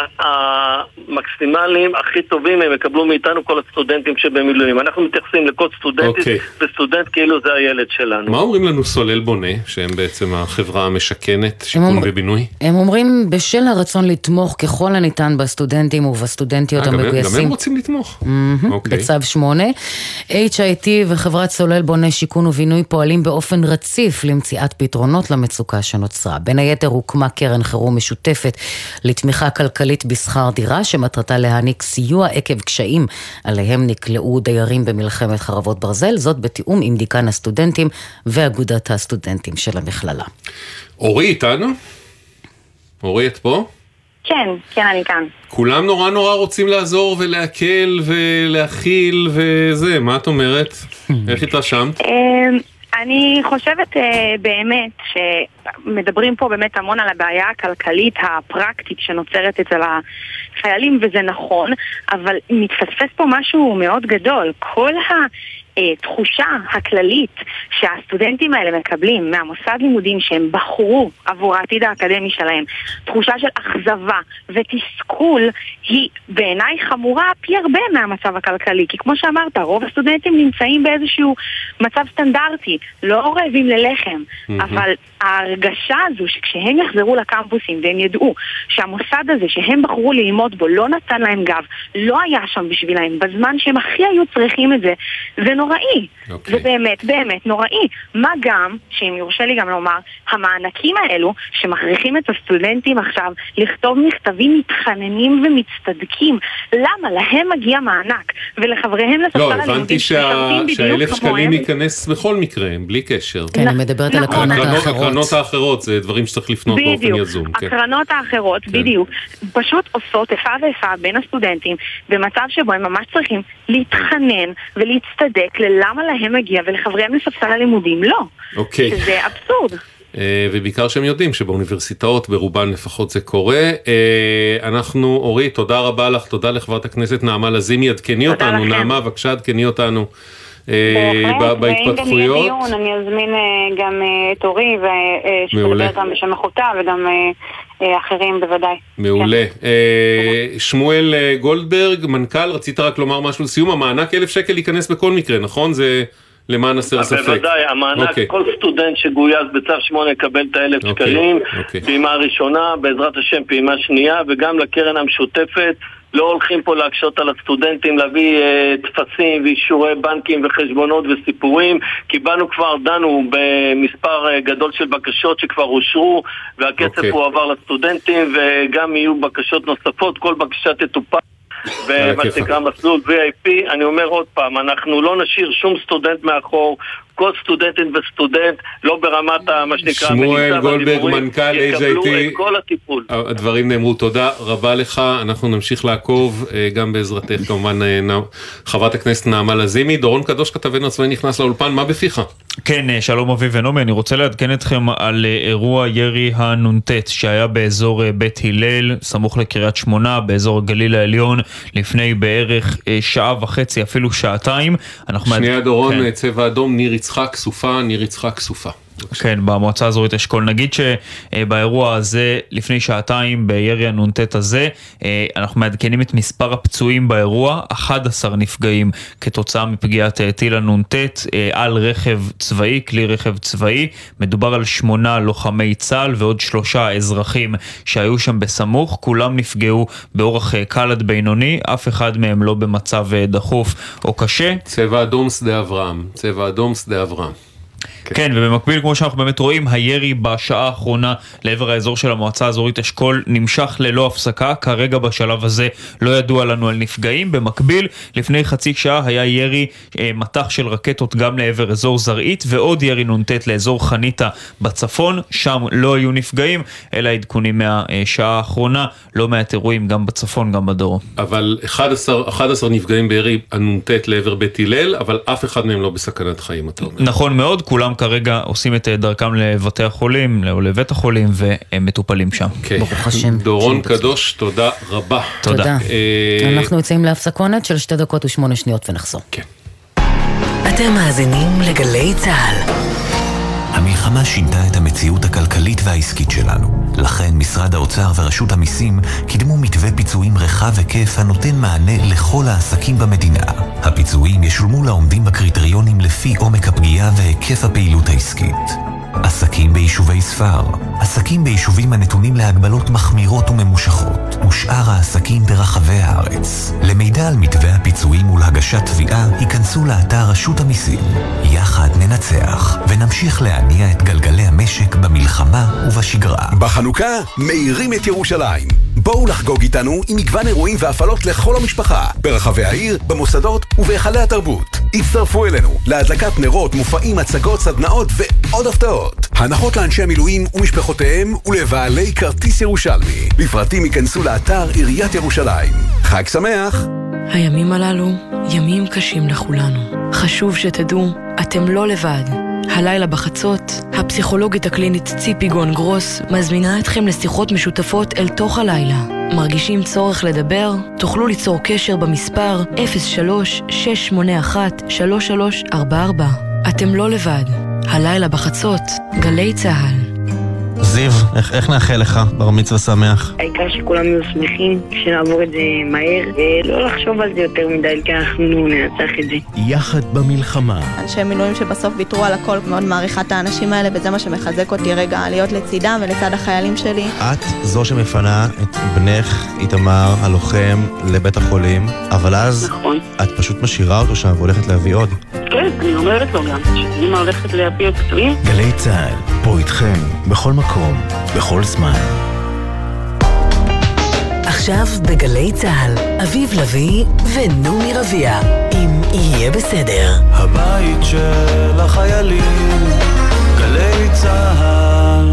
המקסימליים הכי טובים הם יקבלו מאיתנו כל הסטודנטים שבמילואים. אנחנו מתייחסים לכל סטודנטית וסטודנט כאילו זה הילד שלנו. מה אומרים לנו סולל בונה, שהם בעצם החברה המשכנת, שיכון ובינוי? הם אומרים בשל הרצון לתמוך ככל הניתן בסטודנטים ובסטודנטיות המגויסים. גם הם רוצים לתמוך. בצו 8. HIT וחברת סולל בונה שיכון ובינוי פועלים באופן רציף למציאת פתרונות למצוקה שנוצרה. בין היתר הוקמה קרן חירום משותפת לתמיכה כלכלית בשכר דירה, שמטרתה להעניק סיוע עקב קשיים עליהם נקלעו דיירים במלחמת חרבות ברזל, זאת בתיאום עם דיקן הסטודנטים ואגודת הסטודנטים של המכללה. אורי איתנו? אורי, את פה? כן, אני כאן. כולם נורא רוצים לעזור ולהקל ולהכיל וזה, מה את אומרת? איך התרשמת? אני חושבת באמת שמדברים פה באמת המון על הבעיה הכלכלית הפרקטית שנוצרת אצל החיילים, וזה נכון, אבל מתפספס פה משהו מאוד גדול. כל התחושה הכללית שהסטודנטים האלה מקבלים מהמוסד לימודים שהם בחרו עבור העתיד האקדמי שלהם, תחושה של אכזבה ותסכול, היא בעיניי חמורה פי הרבה מהמצב הכלכלי, כי כמו שאמרת, רוב הסטודנטים נמצאים באיזשהו מצב סטנדרטי, לא רעבים ללחם, אבל ההרגשה הזו שכשהם יחזרו לקמפוסים והם ידעו שהמוסד הזה שהם בחרו ללמוד בו לא נתן להם גב, לא היה שם בשבילהם בזמן שהם הכי היו צריכים את זה, זה נוראי. זה באמת נוראי. מה גם, שאם יורשה לי גם לומר, המענקים האלו שמכריחים את הסטודנטים עכשיו לכתוב מכתבים מתחננים ומצטדקים, למה? להם מגיע מענק ולחבריהם לספסל הלימודים הבנתי שה1,000 שקלים ייכנס בכל מקרה, בלי קשר. כן, אני מדברת על הקרנות האחרות. הקרנות האחרות זה דברים שצריך לפנות באופן יזום. הקרנות האחרות, בדיוק, פשוט עושות איפה ואיפה בין הסטודנטים במצב שבו הם ממש צריכים להתחנן ולהצטדק ללמה להם מגיע ולחבריהם לספסל הלימודים לא. שזה אבסורד. ובעיקר שהם יודעים שבאוניברסיטאות ברובן לפחות זה קורה. אנחנו, אורי, תודה רבה לך, תודה לחברת הכנסת נעמה לזימי, עדכני אותנו, נעמה, בבקשה עדכני אותנו בהתפתחויות. אני אזמין גם את אורי ושתדבר גם בשם אחותה וגם אחרים בוודאי. מעולה. שמואל גולדברג, מנכ"ל, רצית רק לומר משהו לסיום, המענק 1,000 שקל ייכנס בכל מקרה, נכון? זה למען הסר ספק. בוודאי, המענק, כל סטודנט שגויס בצו 8 יקבל את 1,000 שקלים, פעימה ראשונה, בעזרת השם פעימה שנייה, וגם לקרן המשותפת לא הולכים פה להקשות על הסטודנטים, להביא תפסים ואישורי בנקים וחשבונות וסיפורים. קיבלנו כבר, דנו במספר גדול של בקשות שכבר אושרו, והכסף הוא עבר לסטודנטים, וגם יהיו בקשות נוספות, כל בקשה תטופל. ומה שנקרא מסלול VIP. אני אומר עוד פעם, אנחנו לא נשאיר שום סטודנט מאחור, כל סטודנטית וסטודנט, לא ברמת מה שנקרא שמואל גולדברג, מנכ"ל יקבלו AJT, את כל הטיפול. הדברים נאמרו, תודה רבה לך, אנחנו נמשיך לעקוב גם בעזרתך, כמובן חברת הכנסת נעמה לזימי. דורון קדוש כתבנו הצבאי נכנס לאולפן, מה בפיך? כן, שלום אביב ונעמי, אני רוצה לעדכן אתכם על אירוע ירי הנ"ט שהיה באזור בית הלל, סמוך לקריית שמונה, באזור הגליל העליון, לפני בערך שעה וחצי, אפילו שעתיים. שנייה דורון, צבע אדום, ניר יצחק סופה. כן, במועצה האזורית אשכול. נגיד שבאירוע הזה, לפני שעתיים, בירי הנ"ט הזה, אנחנו מעדכנים את מספר הפצועים באירוע, 11 נפגעים כתוצאה מפגיעת טיל הנ"ט על רכב צבאי, כלי רכב צבאי. מדובר על 8 לוחמי צה"ל ועוד 3 אזרחים שהיו שם בסמוך, כולם נפגעו באורח קל עד בינוני, אף אחד מהם לא במצב דחוף או קשה. צבע אדום שדה אברהם. כן, ובמקביל, כמו שאנחנו באמת רואים, הירי בשעה האחרונה לעבר האזור של המועצה האזורית אשכול נמשך ללא הפסקה. כרגע בשלב הזה לא ידוע לנו על נפגעים. במקביל, לפני חצי שעה היה ירי מטח של רקטות גם לעבר אזור זרעית, ועוד ירי נ"ט לאזור חניתה בצפון. שם לא היו נפגעים, אלא עדכונים מהשעה האחרונה. לא מעט אירועים גם בצפון, גם בדרום. אבל 11 נפגעים בירי הנ"ט לעבר בית הלל, אבל אף אחד מהם לא בסכנת חיים, אתה אומר. נכון מאוד, כולם כרגע עושים את דרכם לבתי החולים, או לבית החולים, והם מטופלים שם. ברוך השם. דורון קדוש, תודה רבה. תודה. אנחנו יוצאים להפסקונת של 2 דקות ו8 שניות ונחזור. כן. אתם מאזינים לגלי צה"ל. המלחמה שינתה את המציאות הכלכלית והעסקית שלנו. לכן משרד האוצר ורשות המיסים קידמו מתווה פיצויים רחב היקף הנותן מענה לכל העסקים במדינה. הפיצויים ישולמו לעומדים בקריטריונים לפי עומק הפגיעה והיקף הפעילות העסקית. עסקים ביישובי ספר, עסקים ביישובים הנתונים להגבלות מחמירות וממושכות, ושאר העסקים ברחבי הארץ. למידע על מתווה הפיצויים ולהגשת תביעה, ייכנסו לאתר רשות המיסים. יחד ננצח, ונמשיך להניע את גלגלי המשק במלחמה ובשגרה. בחנוכה מאירים את ירושלים. בואו לחגוג איתנו עם מגוון אירועים והפעלות לכל המשפחה, ברחבי העיר, במוסדות ובהיכלי התרבות. הצטרפו אלינו להדלקת נרות, מופעים, הצגות, סדנאות ועוד הפתעות. הנחות לאנשי המילואים ומשפחותיהם ולבעלי כרטיס ירושלמי. לפרטים ייכנסו לאתר עיריית ירושלים. חג שמח! הימים הללו ימים קשים לכולנו. חשוב שתדעו, אתם לא לבד. הלילה בחצות, הפסיכולוגית הקלינית ציפי גון גרוס מזמינה אתכם לשיחות משותפות אל תוך הלילה. מרגישים צורך לדבר? תוכלו ליצור קשר במספר 03-681-3344. אתם לא לבד. הלילה בחצות, גלי צה"ל. זיו, איך נאחל לך בר מצווה שמח? העיקר שכולם יהיו שמחים, שנעבור את זה מהר, ולא לחשוב על זה יותר מדי, כי אנחנו ננצח את זה. יחד במלחמה. אנשי מילואים שבסוף ויתרו על הכל, מאוד מעריכה את האנשים האלה, וזה מה שמחזק אותי רגע, להיות לצידם ולצד החיילים שלי. את זו שמפנה את בנך איתמר הלוחם לבית החולים, אבל אז נכון. את פשוט משאירה אותו שם והולכת להביא עוד. כן, אני אומרת לו גם, שאמא הולכת להביא עוד פצועים. גלי צה"ל, פה איתכם, בכל מקום, בכל זמן. עכשיו בגלי צה"ל, אביב לביא ונעמי רביע, אם יהיה בסדר. הבית של החיילים, גלי צה"ל.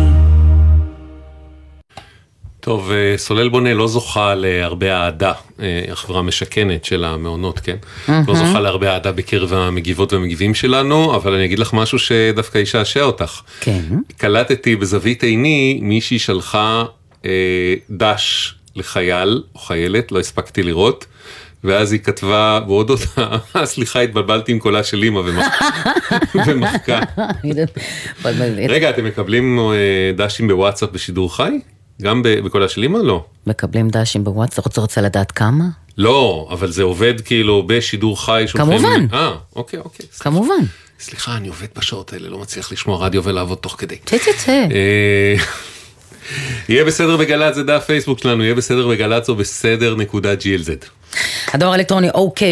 טוב, סולל בונה לא זוכה להרבה אהדה, החברה המשכנת של המעונות, כן? לא זוכה להרבה אהדה בקרב המגיבות והמגיבים שלנו, אבל אני אגיד לך משהו שדווקא ישעשע אותך. כן. קלטתי בזווית עיני, מישהי שלחה דש לחייל או חיילת, לא הספקתי לראות, ואז היא כתבה בעוד אותה, סליחה, התבלבלתי עם קולה של אמא ומחכה. רגע, אתם מקבלים דשים בוואטסאפ בשידור חי? גם בקולה של אמא? לא. מקבלים דשים בוואטסאפ, רוצה לדעת כמה? לא, אבל זה עובד כאילו בשידור חי. כמובן. אוקיי. כמובן. סליחה, אני עובד בשעות האלה, לא מצליח לשמוע רדיו ולעבוד תוך כדי. צא. יהיה בסדר בגל"צ, זה דף פייסבוק שלנו, יהיה בסדר בגל"צ או בסדר.glz. הדואר האלקטרוני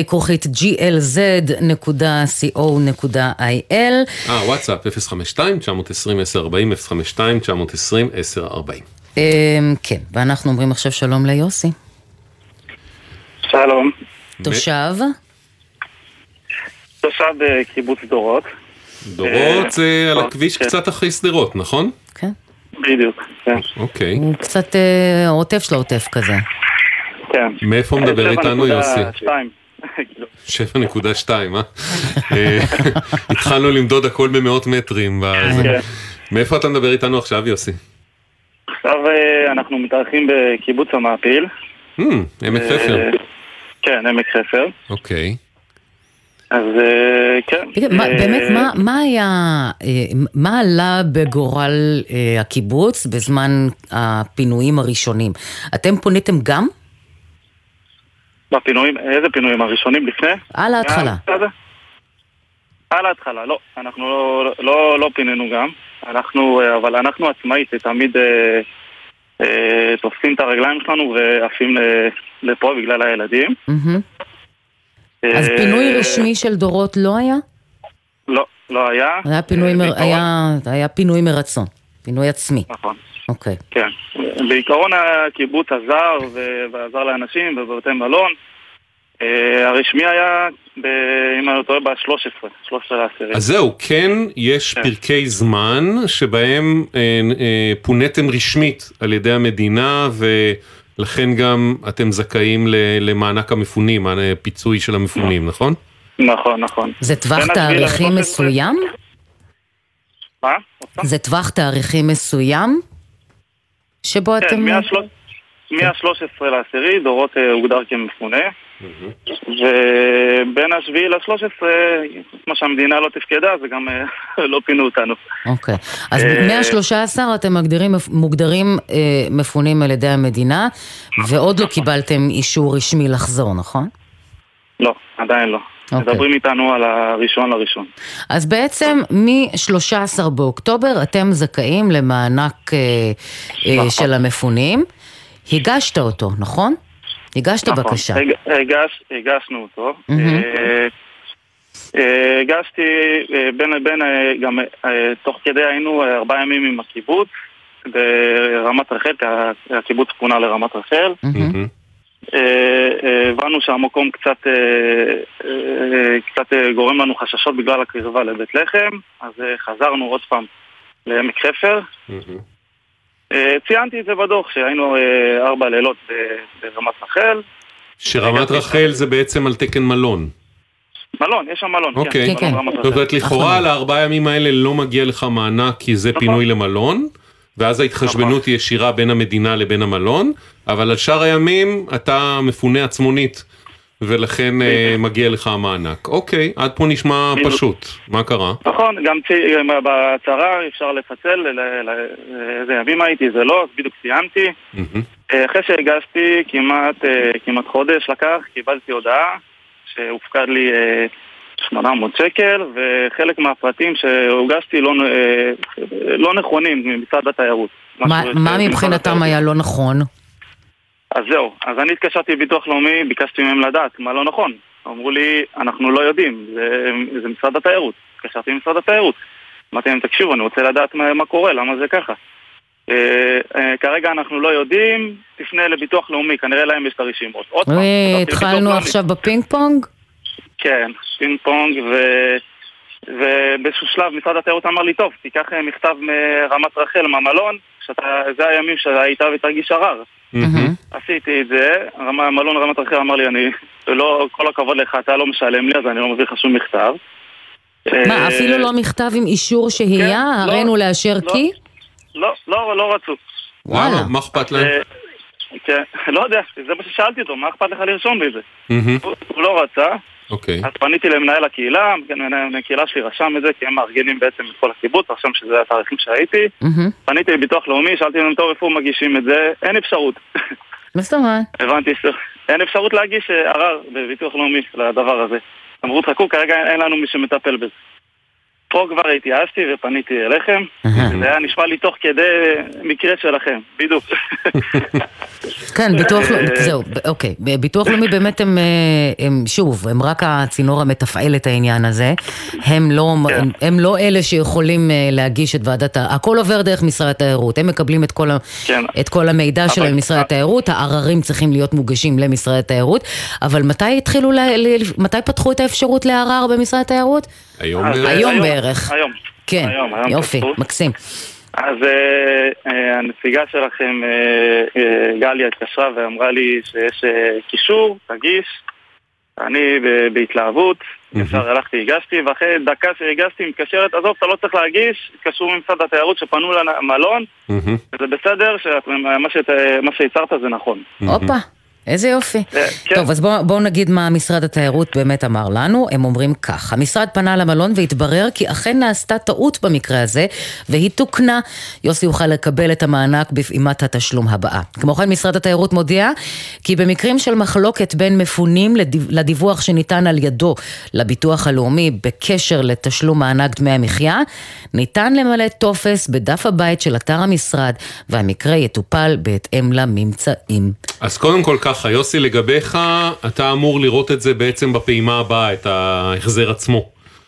ok@glz.co.il. וואטסאפ 052-920-1040, 052-920-1040. כן, ואנחנו אומרים עכשיו שלום ליוסי. שלום. תושב קיבוץ דורות. דורות זה על הכביש קצת אחרי סדרות, נכון? כן. בדיוק, כן. אוקיי. הוא קצת עוטף של העוטף כזה. כן. מאיפה מדבר איתנו יוסי? 7.2. 7.2, התחלנו למדוד הכל במאות מטרים. מאיפה אתה מדבר איתנו עכשיו יוסי? עכשיו אנחנו מתארחים בקיבוץ המעפיל. עמק חפר. כן, עמק חפר. אוקיי. אז כן. באמת, מה עלה בגורל הקיבוץ בזמן הפינויים הראשונים? אתם פוניתם גם? בפינויים, איזה פינויים הראשונים לפני? על ההתחלה. על ההתחלה, לא. אנחנו לא פינינו גם. אבל אנחנו עצמאית, תמיד תופסים את הרגליים שלנו ועפים לפה בגלל הילדים. אז פינוי רשמי של דורות לא היה? לא היה. היה פינוי מרצון, פינוי עצמי. נכון. אוקיי. כן. בעיקרון הקיבוץ עזר ועזר לאנשים בבתי מלון. הרשמי היה, אם אני לא טועה, ב-13 לעשירי. אז זהו, כן, יש פרקי זמן שבהם פונתם רשמית על ידי המדינה ולכן גם אתם זכאים למענק המפונים, הפיצוי של המפונים, נכון? נכון. זה טווח תאריכים מסוים? מה? זה טווח תאריכים מסוים? שבו אתם... מה-13 לעשירי דורות הוגדר כמפונה, ובין השביעי ל-13, מה שהמדינה לא תפקדה, זה גם לא פינו אותנו. אוקיי, אז מה-13 אתם מוגדרים מפונים על ידי המדינה, ועוד לא קיבלתם אישור רשמי לחזור, נכון? לא, עדיין לא. מדברים איתנו על הראשון. אז בעצם מ-13 באוקטובר אתם זכאים למענק של המפונים. הגשת אותו, נכון? הגשת בקשה. הגשנו אותו. הגשתי גם תוך כדי היינו 4 ימים עם הקיבוץ ברמת רחל, כי הקיבוץ פונה לרמת רחל. הבנו שהמקום קצת גורם לנו חששות בגלל הקרבה לבית לחם, אז חזרנו עוד פעם לעמק חפר. ציינתי את זה בדוח, שהיינו 4 לילות ברמת רחל. שרמת רחל זה בעצם על תקן מלון. מלון, יש שם מלון. אוקיי, זאת אומרת, לכאורה על 4 הימים האלה לא מגיע לך מענק כי זה פינוי למלון, ואז ההתחשבנות היא ישירה בין המדינה לבין המלון, אבל על שאר הימים אתה מפונה עצמונית, ולכן מגיע לך המענק. אוקיי, עד פה נשמע פשוט. מה קרה? נכון, גם בהצהרה אפשר לפצל, איזה ימים הייתי, זה לא, אז בדיוק סיימתי. אחרי שהגשתי כמעט חודש לקח, קיבלתי הודעה שהופקד לי 800 שקל, וחלק מהפרטים שהוגשתי לא נכונים מצד התיירות. מה מבחינתם היה לא נכון? אז זהו, אז אני התקשרתי ביטוח לאומי, ביקשתי מהם לדעת מה לא נכון. אמרו לי, אנחנו לא יודעים, זה משרד התיירות. התקשרתי למשרד התיירות. אמרתי להם, תקשיבו, אני רוצה לדעת מה קורה, למה זה ככה. כרגע אנחנו לא יודעים, תפנה לביטוח לאומי, כנראה להם יש את הרשימות. התחלנו עכשיו בפינג פונג? כן, פינג פונג, ובאיזשהו שלב משרד התיירות אמר לי, טוב, תיקח מכתב מרמת רחל, מהמלון, זה הימים שהיית ותרגיש ערר. עשיתי את זה, מלון רמת רחל אמר לי, כל הכבוד לך, אתה לא משלם לי, אז אני לא מביא לך שום מכתב. מה, אפילו לא מכתב עם אישור שהייה? הראינו לאשר כי? לא רצו. וואלה, מה אכפת להם? כן, לא יודע, זה מה ששאלתי אותו, מה אכפת לך לרשום לי זה? הוא לא רצה. אז פניתי למנהל הקהילה, מנהל הקהילה שלי רשם את זה, כי הם מארגנים בעצם את כל הקיבוץ, רשם שזה התאריכים שהייתי. פניתי לביטוח לאומי, שאלתי להם, טוב, איפה מגישים את זה? אין אפשרות. מה זאת אומרת? הבנתי, אין אפשרות להגיש ערר בביטוח לאומי לדבר הזה. אמרו, תחכו, כרגע אין לנו מי שמטפל בזה. פה כבר התייאשתי ופניתי אליכם. זה היה נשמע לי תוך כדי מקרה שלכם, בדיוק. כן, ביטוח לאומי, זהו, אוקיי. ביטוח לאומי באמת הם, שוב, הם רק הצינור המתפעל את העניין הזה. הם לא אלה שיכולים להגיש את ועדת, הכל עובר דרך משרד התיירות. הם מקבלים את כל המידע שלהם משרד התיירות, העררים צריכים להיות מוגשים למשרד התיירות, אבל מתי פתחו את האפשרות לערר במשרד התיירות? היום בערך. היום. כן, יופי, מקסים. אז הנציגה שלכם, גליה, התקשרה ואמרה לי שיש קישור, תגיש. אני בהתלהבות, ישר הלכתי, הגשתי, ואחרי דקה שהגשתי, מתקשרת, עזוב, אתה לא צריך להגיש, התקשרו ממשרד התיירות שפנו למלון, וזה בסדר, מה שהצרת זה נכון. אופה. איזה יופי. טוב, אז בואו נגיד מה משרד התיירות באמת אמר לנו. הם אומרים כך, המשרד פנה למלון והתברר כי אכן נעשתה טעות במקרה הזה, והיא תוקנה. יוסי יוכל לקבל את המענק בפעימת התשלום הבאה. כמו כן, משרד התיירות מודיע כי במקרים של מחלוקת בין מפונים לדיווח שניתן על ידו לביטוח הלאומי בקשר לתשלום מענק דמי המחיה, ניתן למלא טופס בדף הבית של אתר המשרד, והמקרה יטופל בהתאם לממצאים. אז קודם כל ככה, יוסי, לגביך, אתה אמור לראות את זה בעצם בפעימה הבאה, את ההחזר עצמו.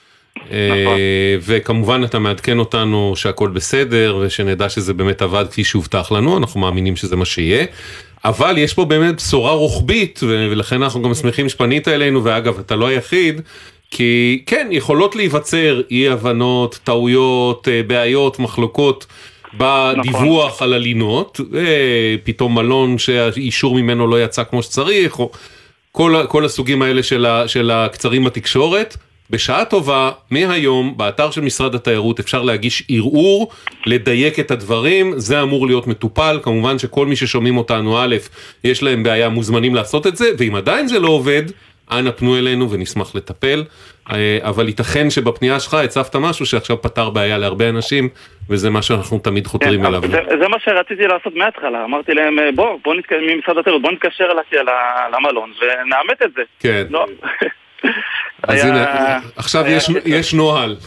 וכמובן אתה מעדכן אותנו שהכל בסדר, ושנדע שזה באמת עבד כפי שהובטח לנו, אנחנו מאמינים שזה מה שיהיה. אבל יש פה באמת בשורה רוחבית, ולכן אנחנו גם שמחים שפנית אלינו, ואגב, אתה לא היחיד, כי כן, יכולות להיווצר אי הבנות, טעויות, בעיות, מחלוקות, בדיווח על הלינות, פתאום מלון שהאישור ממנו לא יצא כמו שצריך, או כל הסוגים האלה של הקצרים בתקשורת. בשעה טובה, מהיום, באתר של משרד התיירות אפשר להגיש ערעור, לדייק את הדברים, זה אמור להיות מטופל, כמובן שכל מי ששומעים אותנו א', יש להם בעיה, מוזמנים לעשות את זה, ואם עדיין זה לא עובד, אנא פנו אלינו ונשמח לטפל, אבל ייתכן שבפנייה שלך הצפת משהו שעכשיו פתר בעיה להרבה אנשים, וזה מה שאנחנו תמיד חותרים אליו. זה מה שרציתי לעשות מההתחלה, אמרתי להם בוא נתקשר ממשרד התיירות, בוא נתקשר למלון ונאמת את זה. כן. אז הנה, עכשיו יש נוהל.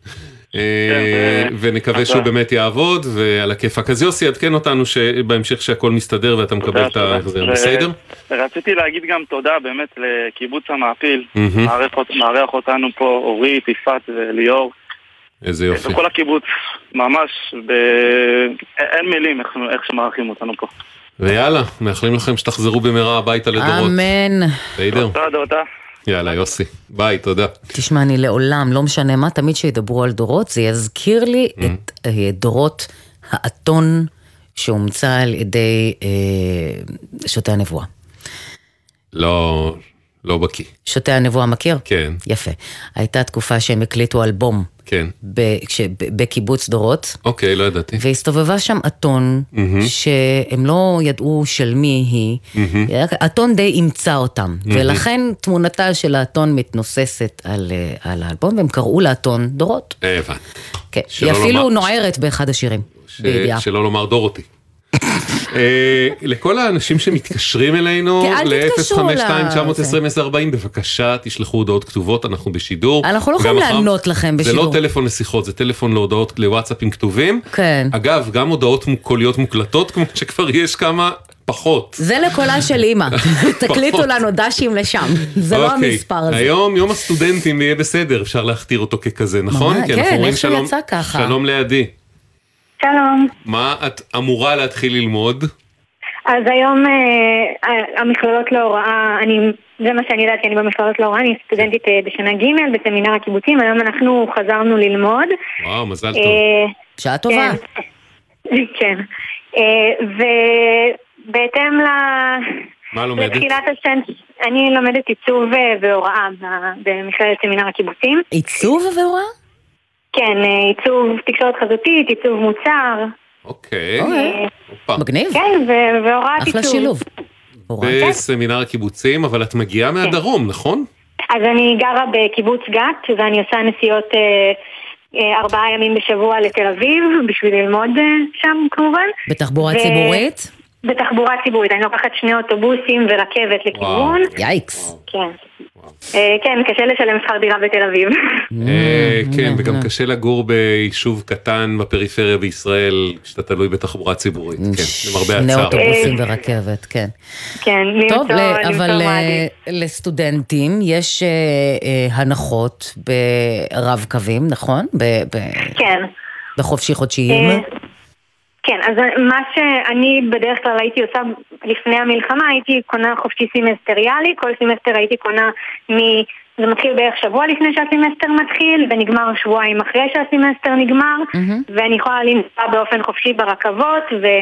ונקווה שהוא באמת יעבוד ועל הכיפק. אז יוסי, עדכן אותנו שבהמשך שהכל מסתדר ואתה מקבל את ההחזר, בסדר? רציתי להגיד גם תודה באמת לקיבוץ המעפיל, מערך אותנו פה אורית, יפעת וליאור. איזה יופי. וכל הקיבוץ, ממש, אין מילים איך שמערכים אותנו פה. ויאללה, מאחלים לכם שתחזרו במהרה הביתה לדורות. אמן. בסדר? תודה. יאללה, יוסי. ביי, תודה. תשמע, אני לעולם, לא משנה מה, תמיד שידברו על דורות, זה יזכיר לי את דורות האתון שהומצא על ידי שוטי הנבואה. לא בקי. שוטי הנבואה מכיר? כן. יפה. הייתה תקופה שהם הקליטו אלבום. כן. בקיבוץ דורות. אוקיי, לא ידעתי. והסתובבה שם אתון, שהם לא ידעו של מי היא. אתון די אימצה אותם. ולכן תמונתה של האתון מתנוססת על האלבום, והם קראו לאתון דורות. הבנתי. כן. היא אפילו נוערת באחד השירים. שלא לומר דורותי. לכל האנשים שמתקשרים אלינו ל-052-920-1040 בבקשה תשלחו הודעות כתובות, אנחנו בשידור, אנחנו לא יכולים לענות לכם בשידור, זה לא טלפון לשיחות, זה טלפון להודעות לוואטסאפים כתובים. כן. אגב, גם הודעות קוליות מוקלטות, כמו שכבר יש כמה, פחות. זה לקולה של אמא, תקליטו לנו דשים לשם, זה לא המספר הזה. היום יום הסטודנטים יהיה בסדר, אפשר להכתיר אותו ככזה, נכון? כן, איך שהוא יצא ככה. שלום לידי. שלום. מה את אמורה להתחיל ללמוד? אז היום המכללות להוראה, זה מה שאני יודעת, כי אני במכללות להוראה, אני סטודנטית בשנה ג' בסמינר הקיבוצים, היום אנחנו חזרנו ללמוד. וואו, מזל טוב. שעה טובה. כן. ובהתאם מה לומדת? לתחילת השנה, אני לומדת עיצוב והוראה במכללת סמינר הקיבוצים. עיצוב והוראה? כן, עיצוב תקשורת חזותית, עיצוב מוצר. אוקיי. מגניב. כן, והוראת עיצוב. אחלה שילוב. בסמינר הקיבוצים, אבל את מגיעה מהדרום, נכון? אז אני גרה בקיבוץ גת, ואני עושה נסיעות 4 ימים בשבוע לתל אביב, בשביל ללמוד שם כמובן. בתחבורה ציבורית? בתחבורה ציבורית, אני לוקחת 2 אוטובוסים ורכבת לכיוון. יאיקס. כן. כן, קשה לשלם שכר דירה בתל אביב. כן, וגם קשה לגור ביישוב קטן בפריפריה בישראל, כשאתה תלוי בתחבורה ציבורית, כן, למרבה הצער. 2 אוטובוסים ורכבת, כן. כן, טוב, אבל לסטודנטים יש הנחות ברב קווים, נכון? כן. בחופשי חודשיים? כן, אז מה שאני בדרך כלל הייתי עושה לפני המלחמה, הייתי קונה חופשי סמסטריאלי, כל סמסטר הייתי קונה זה מתחיל בערך שבוע לפני שהסמסטר מתחיל, ונגמר שבועיים אחרי שהסמסטר נגמר, ואני יכולה לנסוע באופן חופשי ברכבות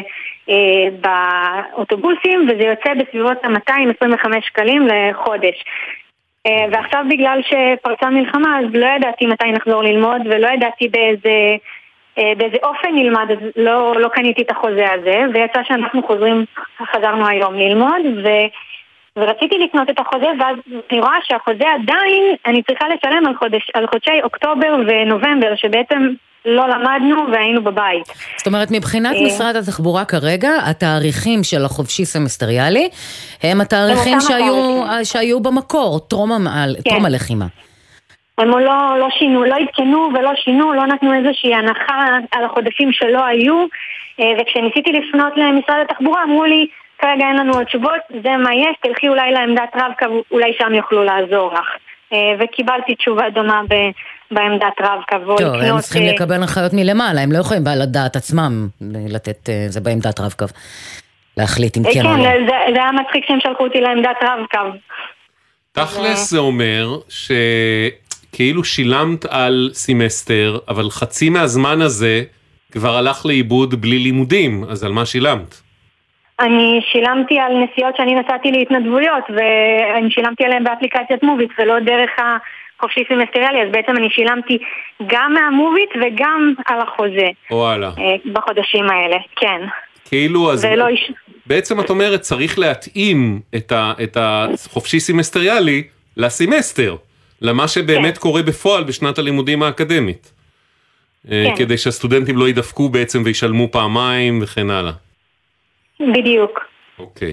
ובאוטובוסים, וזה יוצא בסביבות 225 שקלים לחודש. ועכשיו בגלל שפרצה מלחמה, אז לא ידעתי מתי נחזור ללמוד, ולא ידעתי באיזה אופן נלמד, אז לא קניתי את החוזה הזה, ויצא שאנחנו חזרנו היום ללמוד, ורציתי לקנות את החוזה, ואז אני רואה שהחוזה עדיין, אני צריכה לשלם על חודשי אוקטובר ונובמבר, שבעצם לא למדנו והיינו בבית. זאת אומרת, מבחינת משרד התחבורה כרגע, התאריכים של החופשי סמסטריאלי, הם התאריכים שהיו במקור, טרום הלחימה. הם לא שינו, לא התקנו ולא שינו, לא נתנו איזושהי הנחה על החודשים שלא היו, וכשניסיתי לפנות למשרד התחבורה, אמרו לי, כרגע אין לנו עוד תשובות, זה מה יש, תלכי אולי לעמדת רב-קו, אולי שם יוכלו לעזור לך. וקיבלתי תשובה דומה בעמדת רב-קו. טוב, הם צריכים לקבל הנחיות מלמעלה, הם לא יכולים לדעת עצמם לתת, זה בעמדת רב-קו, להחליט אם כן או לא. כן, זה היה מצחיק שהם שלחו אותי לעמדת רב-קו. תכלס זה אומר כאילו שילמת על סמסטר, אבל חצי מהזמן הזה כבר הלך לאיבוד בלי לימודים, אז על מה שילמת? אני שילמתי על נסיעות שאני נסעתי להתנדבויות, ואני שילמתי עליהן באפליקציית מוביט, ולא דרך החופשי סמסטריאלי, אז בעצם אני שילמתי גם מהמוביט וגם על החוזה. וואלה. בחודשים האלה, כן. כאילו, אז בעצם את אומרת, צריך להתאים את החופשי סמסטריאלי לסמסטר. למה שבאמת קורה בפועל בשנת הלימודים האקדמית. כדי שהסטודנטים לא ידפקו בעצם וישלמו פעמיים וכן הלאה. בדיוק. אוקיי.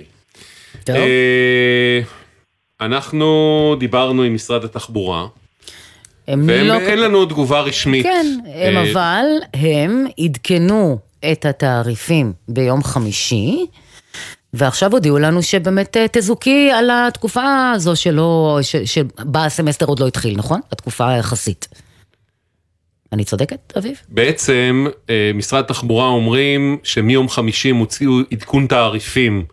אנחנו דיברנו עם משרד התחבורה, ואין לנו תגובה רשמית. כן, אבל הם עדכנו את התעריפים ביום חמישי, ועכשיו הודיעו לנו שבאמת תזוקי על התקופה הזו שבה הסמסטר עוד לא התחיל, נכון? התקופה היחסית. אני צודקת, אביב? בעצם, משרד התחבורה אומרים שמיום חמישי הם הוציאו עדכון תעריפים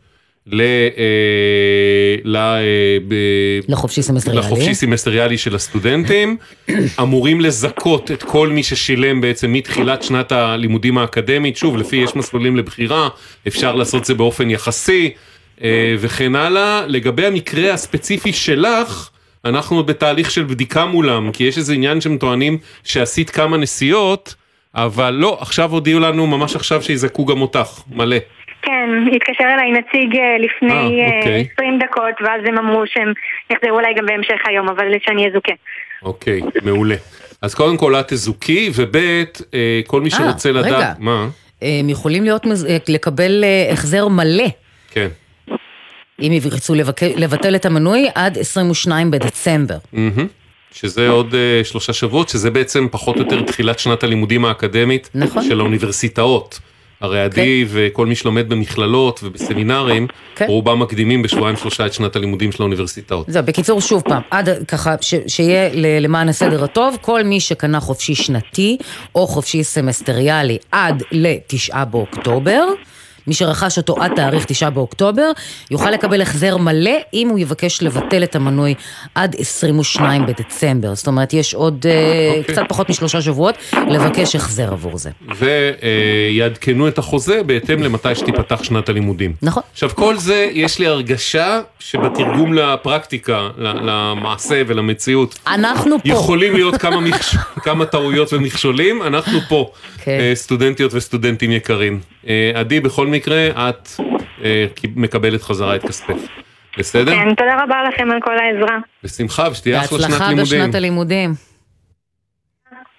לחופשי סמסטריאלי של הסטודנטים, אמורים לזכות את כל מי ששילם בעצם מתחילת שנת הלימודים האקדמית, שוב, לפי יש מסלולים לבחירה, אפשר לעשות זה באופן יחסי, וכן הלאה. לגבי המקרה הספציפי שלך, אנחנו בתהליך של בדיקה מולם, כי יש איזה עניין שהם טוענים שעשית כמה נסיעות, אבל לא, עכשיו הודיעו לנו ממש עכשיו שיזכו גם אותך, מלא. כן, התקשר אליי נציג לפני 20 דקות, ואז הם אמרו שהם יחזרו אליי גם בהמשך היום, אבל שאני אזוקה. אוקיי, מעולה. אז קודם כל את תזוקי, ובית, כל מי שרוצה לדעת... רגע, מה? הם יכולים לקבל החזר מלא. כן. אם ירצו לבטל את המנוי עד 22 בדצמבר. שזה עוד 3 שבועות, שזה בעצם פחות או יותר תחילת שנת הלימודים האקדמית של האוניברסיטאות. הרי עדי וכל מי שלומד במכללות ובסמינרים, רובם מקדימים בשבועיים 3 את שנת הלימודים של האוניברסיטאות. זהו, בקיצור שוב פעם, עד ככה שיהיה למען הסדר הטוב, כל מי שקנה חופשי שנתי או חופשי סמסטריאלי עד ל-9 באוקטובר, מי שרכש אותו עד תאריך 9 באוקטובר, יוכל לקבל החזר מלא אם הוא יבקש לבטל את המנוי עד 22 בדצמבר. זאת אומרת, יש עוד קצת פחות מ3 שבועות לבקש החזר עבור זה. ויעדכנו את החוזה בהתאם למתי שתיפתח שנת הלימודים. נכון. עכשיו, כל זה, יש לי הרגשה שבתרגום לפרקטיקה, למעשה ולמציאות, אנחנו פה. יכולים להיות כמה טעויות ומכשולים, אנחנו פה, סטודנטיות וסטודנטים יקרים. עדי, בכל מקרה, את מקבלת חזרה את כספך. בסדר? כן, תודה רבה לכם על כל העזרה. בשמחה, ושתהיה אחלה שנת לימודים. בהצלחה בשנת הלימודים.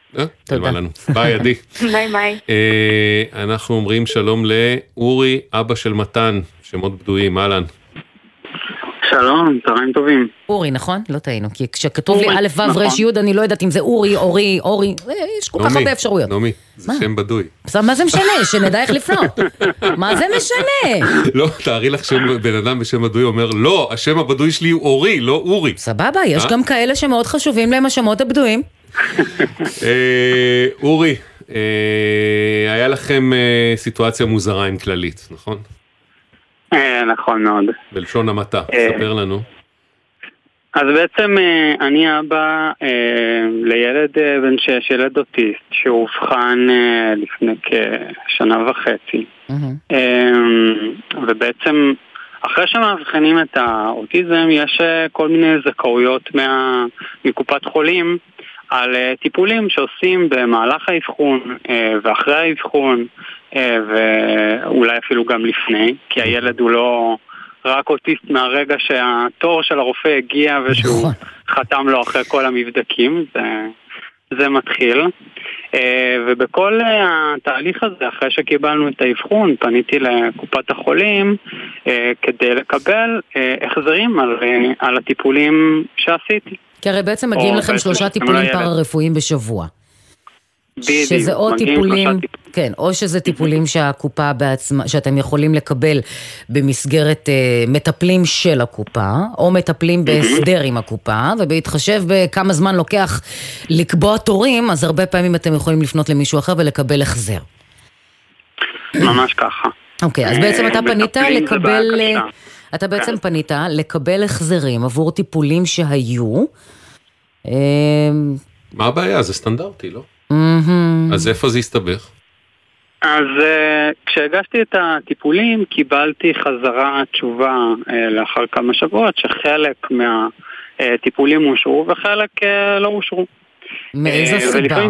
תודה. ביי עדי. ביי ביי. אנחנו אומרים שלום לאורי, אבא של מתן, שמות בדויים, אהלן. שלום, צהריים טובים. אורי, נכון? לא טעינו, כי כשכתוב לי א' ו' ר' י', אני לא יודעת אם זה אורי, אורי, יש כל כך הרבה אפשרויות. נעמי, זה שם בדוי. מה זה משנה? שנדע איך לפנות. מה זה משנה? לא, תארי לך בן אדם בשם בדוי אומר, לא, השם הבדוי שלי הוא אורי, לא אורי. סבבה, יש גם כאלה שמאוד חשובים להם השמות הבדויים. אורי, היה לכם סיטואציה מוזרה עם כללית, נכון? נכון מאוד. בלשון המעטה, ספר לנו. אז בעצם אני אבא לילד בן 6, ילד אוטיסט, שהובחן לפני כשנה וחצי. ובעצם אחרי שמאבחנים את האוטיזם, יש כל מיני זכאויות מקופת חולים על טיפולים שעושים במהלך האבחון ואחרי האבחון ואולי אפילו גם לפני, כי הילד הוא לא רק אוטיסט מהרגע שהתור של הרופא הגיע ושהוא חתם לו אחרי כל המבדקים, זה מתחיל. ובכל התהליך הזה, אחרי שקיבלנו את האבחון, פניתי לקופת החולים כדי לקבל החזרים על הטיפולים שעשיתי. כי הרי בעצם מגיעים לכם 3 טיפולים פארה-רפואיים בשבוע. שזה או טיפולים, כן, או שזה טיפולים שהקופה בעצמה, שאתם יכולים לקבל במסגרת מטפלים של הקופה, או מטפלים בהסדר עם הקופה, ובהתחשב בכמה זמן לוקח לקבוע תורים, אז הרבה פעמים אתם יכולים לפנות למישהו אחר ולקבל החזר. ממש ככה. אוקיי, אז בעצם אתה פנית לקבל, אתה בעצם פנית לקבל החזרים עבור טיפולים שהיו. מה הבעיה? זה סטנדרטי, לא? אז איפה זה הסתבך? אז כשהגשתי את הטיפולים קיבלתי חזרה תשובה לאחר כמה שבועות שחלק מהטיפולים אושרו וחלק לא אושרו. מאיזה סיבה?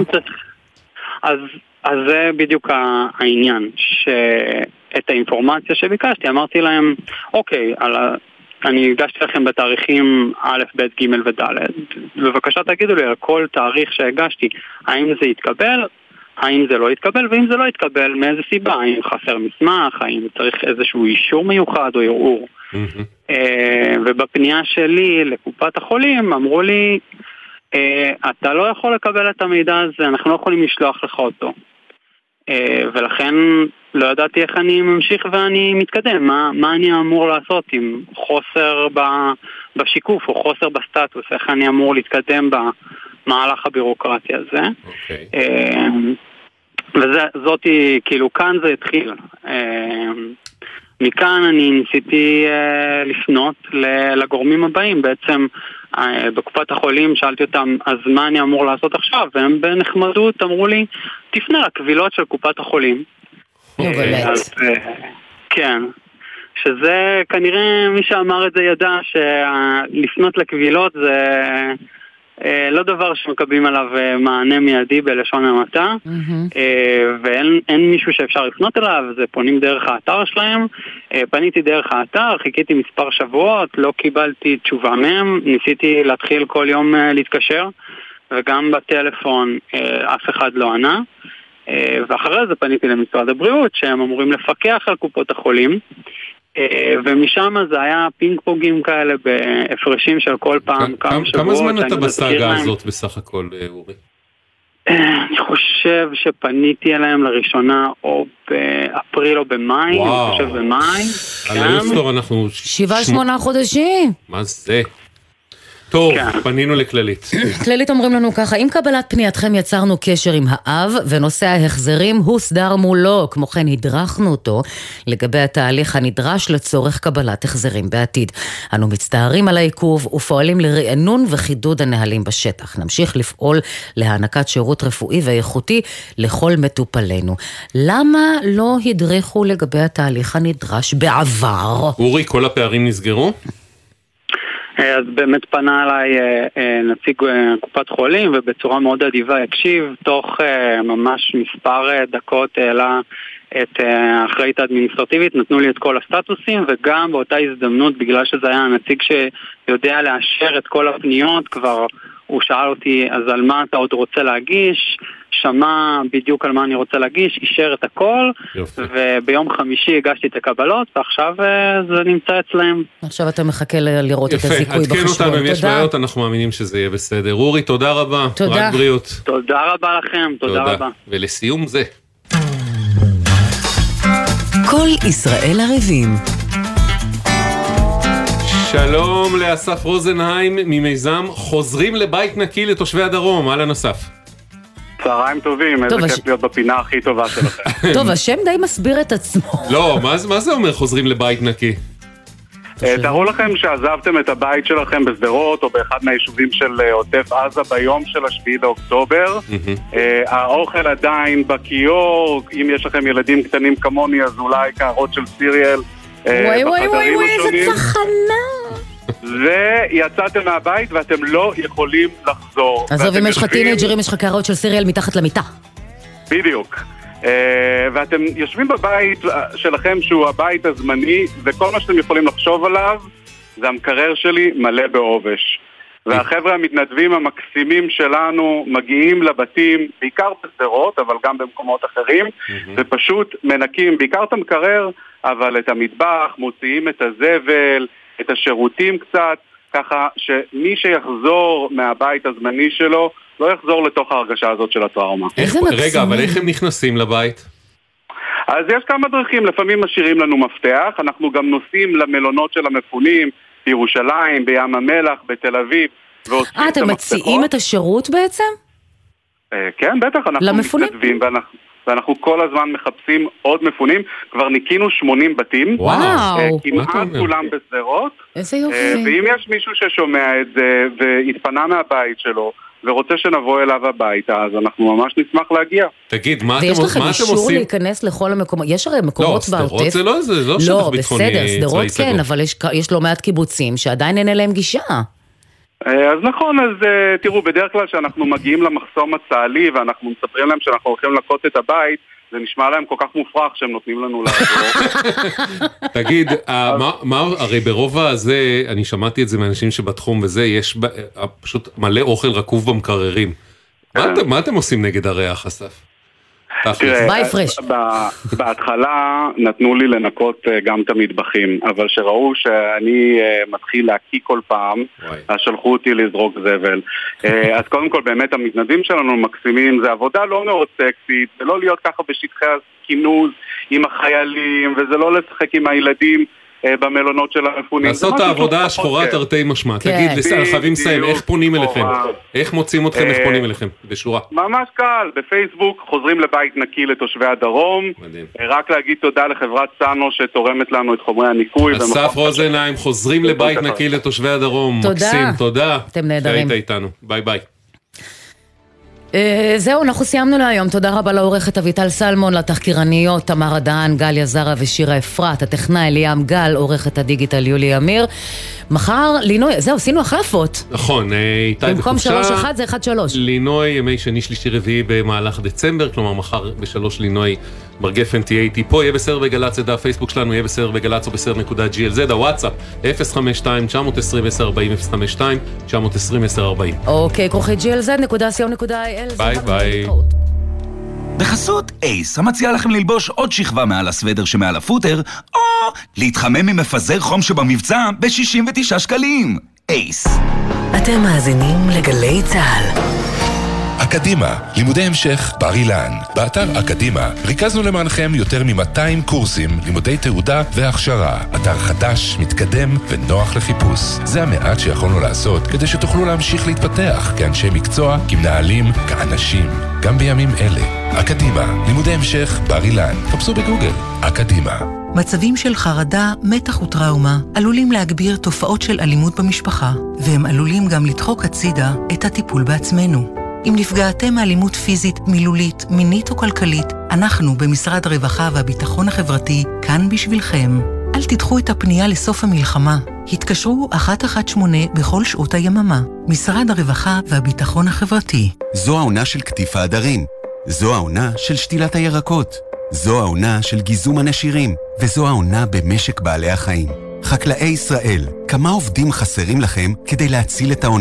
אז זה בדיוק העניין, שאת האינפורמציה שביקשתי אמרתי להם, אוקיי, אני הגשתי לכם בתאריכים א', ב', ג' וד'. בבקשה תגידו לי על כל תאריך שהגשתי, האם זה יתקבל, האם זה לא יתקבל, ואם זה לא יתקבל, מאיזה סיבה, האם חסר מסמך, האם צריך איזשהו אישור מיוחד או ערעור. ובפנייה שלי לקופת החולים אמרו לי, אתה לא יכול לקבל את המידע הזה, אנחנו לא יכולים לשלוח לך אותו. ולכן לא ידעתי איך אני ממשיך ואני מתקדם, מה אני אמור לעשות עם חוסר בשיקוף או חוסר בסטטוס, איך אני אמור להתקדם במהלך הבירוקרטיה הזה. וזאת כאילו כאן זה התחיל. מכאן אני ניסיתי לפנות לגורמים הבאים, בעצם בקופת החולים שאלתי אותם, אז מה אני אמור לעשות עכשיו? והם בנחמדות אמרו לי, תפנה לקבילות של קופת החולים. כן, שזה כנראה מי שאמר את זה ידע שלפנות לקבילות זה לא דבר שמקבלים עליו מענה מיידי בלשון המעטה, ואין מישהו שאפשר לפנות אליו, זה פונים דרך האתר שלהם. פניתי דרך האתר, חיכיתי מספר שבועות, לא קיבלתי תשובה מהם, ניסיתי להתחיל כל יום להתקשר, וגם בטלפון אף אחד לא ענה. ואחרי זה פניתי למשרד הבריאות שהם אמורים לפקח על קופות החולים, ומשם זה היה פינג פונגים כאלה בהפרשים של כל פעם כמה שבועות. כמה זמן אתה בסאגה הזאת בסך הכל, אורי? אני חושב שפניתי אליהם לראשונה או באפריל או במאי, אני חושב במאי. על היוסטור אנחנו 7-8 חודשים. מה זה? טוב, פנינו לכללית. כללית אומרים לנו ככה, עם קבלת פנייתכם יצרנו קשר עם האב, ונושא ההחזרים הוסדר מולו. כמו כן הדרכנו אותו לגבי התהליך הנדרש לצורך קבלת החזרים בעתיד. אנו מצטערים על העיכוב ופועלים לרענון וחידוד הנהלים בשטח. נמשיך לפעול להענקת שירות רפואי ואיכותי לכל מטופלינו. למה לא הדריכו לגבי התהליך הנדרש בעבר? אורי, כל הפערים נסגרו? אז באמת פנה עליי נציג קופת חולים ובצורה מאוד אדיבה הקשיב, תוך ממש מספר דקות העלה את האחראית האדמיניסטרטיבית, נתנו לי את כל הסטטוסים, וגם באותה הזדמנות, בגלל שזה היה הנציג שיודע לאשר את כל הפניות, כבר הוא שאל אותי, אז על מה אתה עוד רוצה להגיש? שמע בדיוק על מה אני רוצה להגיש, אישר את הכל, וביום חמישי הגשתי את הקבלות, ועכשיו זה נמצא אצלם. עכשיו אתה מחכה לראות את הזיכוי בחשבון. יפה, עדכן אותנו, אם יש בעיות, אנחנו מאמינים שזה יהיה בסדר. אורי, תודה רבה. תודה. רק בריאות. תודה רבה לכם, תודה רבה. ולסיום זה. כל ישראל ערבים. שלום לאסף רוזנהיים ממיזם חוזרים לבית נקי לתושבי הדרום. אהלן אסף. צהריים טובים, איזה כיף להיות בפינה הכי טובה שלכם. טוב, השם די מסביר את עצמו. לא, מה זה אומר חוזרים לבית נקי? תראו לכם שעזבתם את הבית שלכם בשדרות או באחד מהיישובים של עוטף עזה ביום של 7 באוקטובר. האוכל עדיין בכיור, אם יש לכם ילדים קטנים כמוני אז אולי קערות של סיריאל בחדרים השונים. איזה צחנה. ויצאתם מהבית ואתם לא יכולים לחזור. עזוב, אם יש לך טינג'רים, יש לך קערות של סיריאל מתחת למיטה. בדיוק. ואתם יושבים בבית שלכם שהוא הבית הזמני, וכל מה שאתם יכולים לחשוב עליו זה המקרר שלי מלא בעובש. והחבר'ה המתנדבים המקסימים שלנו מגיעים לבתים, בעיקר בסדרות, אבל גם במקומות אחרים, ופשוט מנקים, בעיקר את המקרר, אבל את המטבח, מוציאים את הזבל, את השירותים קצת, ככה שמי שיחזור מהבית הזמני שלו, לא יחזור לתוך ההרגשה הזאת של הטראומה. רגע, אבל איך הם נכנסים לבית? אז יש כמה דרכים, לפעמים משאירים לנו מפתח, אנחנו גם נוסעים למלונות של המפונים, בירושלים, בים המלח, בתל אביב, אתם מציעים את השירות בעצם? כן, בטח, אנחנו מתנדבים ואנחנו כל הזמן מחפשים עוד מפונים, כבר ניקינו 80 בתים, כמעט כולם בסדרות, איזה יופי. ואם יש מישהו ששומע את זה והתפנה מהבית שלו, ורוצה שנבוא אליו הביתה, אז אנחנו ממש נשמח להגיע. תגיד, מה אתם עושים? ויש לכם אישור להיכנס לכל המקומות? יש הרי מקומות בעוטף. לא, סדרות זה לא שטח ביטחוני. בסדר, סדרות כן, אבל יש לא מעט קיבוצים שעדיין אין אליהם גישה. אז נכון, אז תראו, בדרך כלל שאנחנו מגיעים למחסום הצה"לי ואנחנו מספרים להם שאנחנו הולכים לקוט את הבית, זה נשמע להם כל כך מופרך שהם נותנים לנו לעזור. תגיד, הרי ברובע הזה, אני שמעתי את זה מאנשים שבתחום וזה, יש פשוט מלא אוכל רקוב במקררים. מה אתם עושים נגד הריח, אסף? ביי פרש. בהתחלה נתנו לי לנקות גם את המטבחים, אבל שראו שאני מתחיל להקיא כל פעם, אז שלחו אותי לזרוק זבל. אז קודם כל באמת המתנדבים שלנו מקסימים, זה עבודה לא מאוד סקסית, זה לא להיות ככה בשטחי הכינוז עם החיילים, וזה לא לשחק עם הילדים במלונות של המפונים. לעשות את העבודה השחורה תרתי משמע. תגיד, חייבים לסיים, איך פונים אליכם? איך מוצאים אתכם, איך פונים אליכם? בשורה. ממש קל, בפייסבוק חוזרים לבית נקי לתושבי הדרום. רק להגיד תודה לחברת סאנו שתורמת לנו את חומרי הניקוי. אסף רוזנהיים, חוזרים לבית נקי לתושבי הדרום. מקסים, תודה. אתם נהדרים. שהיית איתנו. ביי ביי. זהו, אנחנו סיימנו להיום. תודה רבה לעורכת אביטל סלמון, לתחקירניות תמר עדן, גליה זרה ושירה אפרת, הטכנאי ליאם גל, עורכת הדיגיטל יולי אמיר. מחר לינוי, זהו, עשינו החלפות. נכון, איתי במקום 3-1 זה 1-3. לינוי, ימי שני, שלישי, רביעי במהלך דצמבר, כלומר מחר ב3 לינוי מרגפן תהיה איתי פה, יהיה בסדר בגלץ, זה דף פייסבוק שלנו, יהיה בסדר בגלץ או בסדר.glz, הוואטסאפ 052-920-1040, 052-920-1040. אוקיי, כרוכי glz.co.il. ביי ביי. בחסות אייס, המציע לכם ללבוש עוד שכבה מעל הסוודר שמעל הפוטר, או להתחמם ממפזר חום שבמבצע ב-69 שקלים. אייס. אתם מאזינים לגלי צהל. אקדימה, לימודי המשך בר אילן. באתר אקדימה ריכזנו למענכם יותר מ-200 קורסים, לימודי תעודה והכשרה. אתר חדש, מתקדם ונוח לחיפוש. זה המעט שיכולנו לעשות כדי שתוכלו להמשיך להתפתח כאנשי מקצוע, כמנהלים, כאנשים, גם בימים אלה. אקדימה, לימודי המשך בר אילן. חפשו בגוגל, אקדימה. מצבים של חרדה, מתח וטראומה עלולים להגביר תופעות של אלימות במשפחה, והם עלולים גם לדחוק הצידה את הטיפול בעצמנו. אם נפגעתם מאלימות פיזית, מילולית, מינית או כלכלית, אנחנו במשרד הרווחה והביטחון החברתי כאן בשבילכם. אל תדחו את הפנייה לסוף המלחמה. התקשרו 118 בכל שעות היממה. משרד הרווחה והביטחון החברתי. זו העונה של קטיף העדרים. זו העונה של שתילת הירקות. זו העונה של גיזום הנשירים. וזו העונה במשק בעלי החיים. חקלאי ישראל, כמה עובדים חסרים לכם כדי להציל את העונה?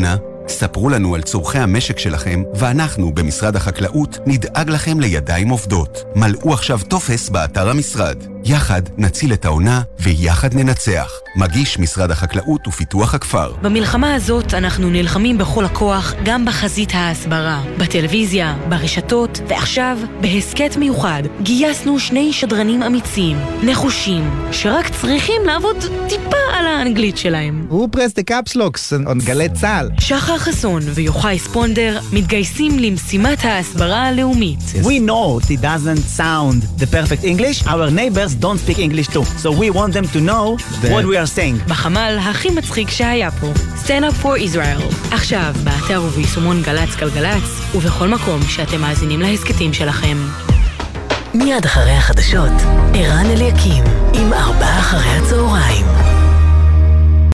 ספרו לנו על צורכי המשק שלכם, ואנחנו במשרד החקלאות נדאג לכם לידיים עובדות. מלאו עכשיו טופס באתר המשרד. יחד נציל את העונה ויחד ננצח. מגיש משרד החקלאות ופיתוח הכפר. במלחמה הזאת אנחנו נלחמים בכל הכוח, גם בחזית ההסברה, בטלוויזיה, ברשתות, ועכשיו, בהסקט מיוחד, גייסנו 2 שדרנים אמיצים, נחושים, שרק צריכים לעבוד טיפה על האנגלית שלהם. הוא press the caps locks on גלי צהל. שחר חסון ויוחאי ספונדר מתגייסים למשימת ההסברה הלאומית. We know it doesn't sound the perfect English. Our neighbors don't speak English too. So we want them to know what we are saying. בחמ"ל הכי מצחיק שהיה פה. Stand up for Israel. עכשיו, באתר וביישומון גלץ גלגלץ, ובכל מקום שאתם מאזינים להסקטים שלכם. מיד אחרי החדשות, ערן אליקים עם 4 אחרי הצהריים.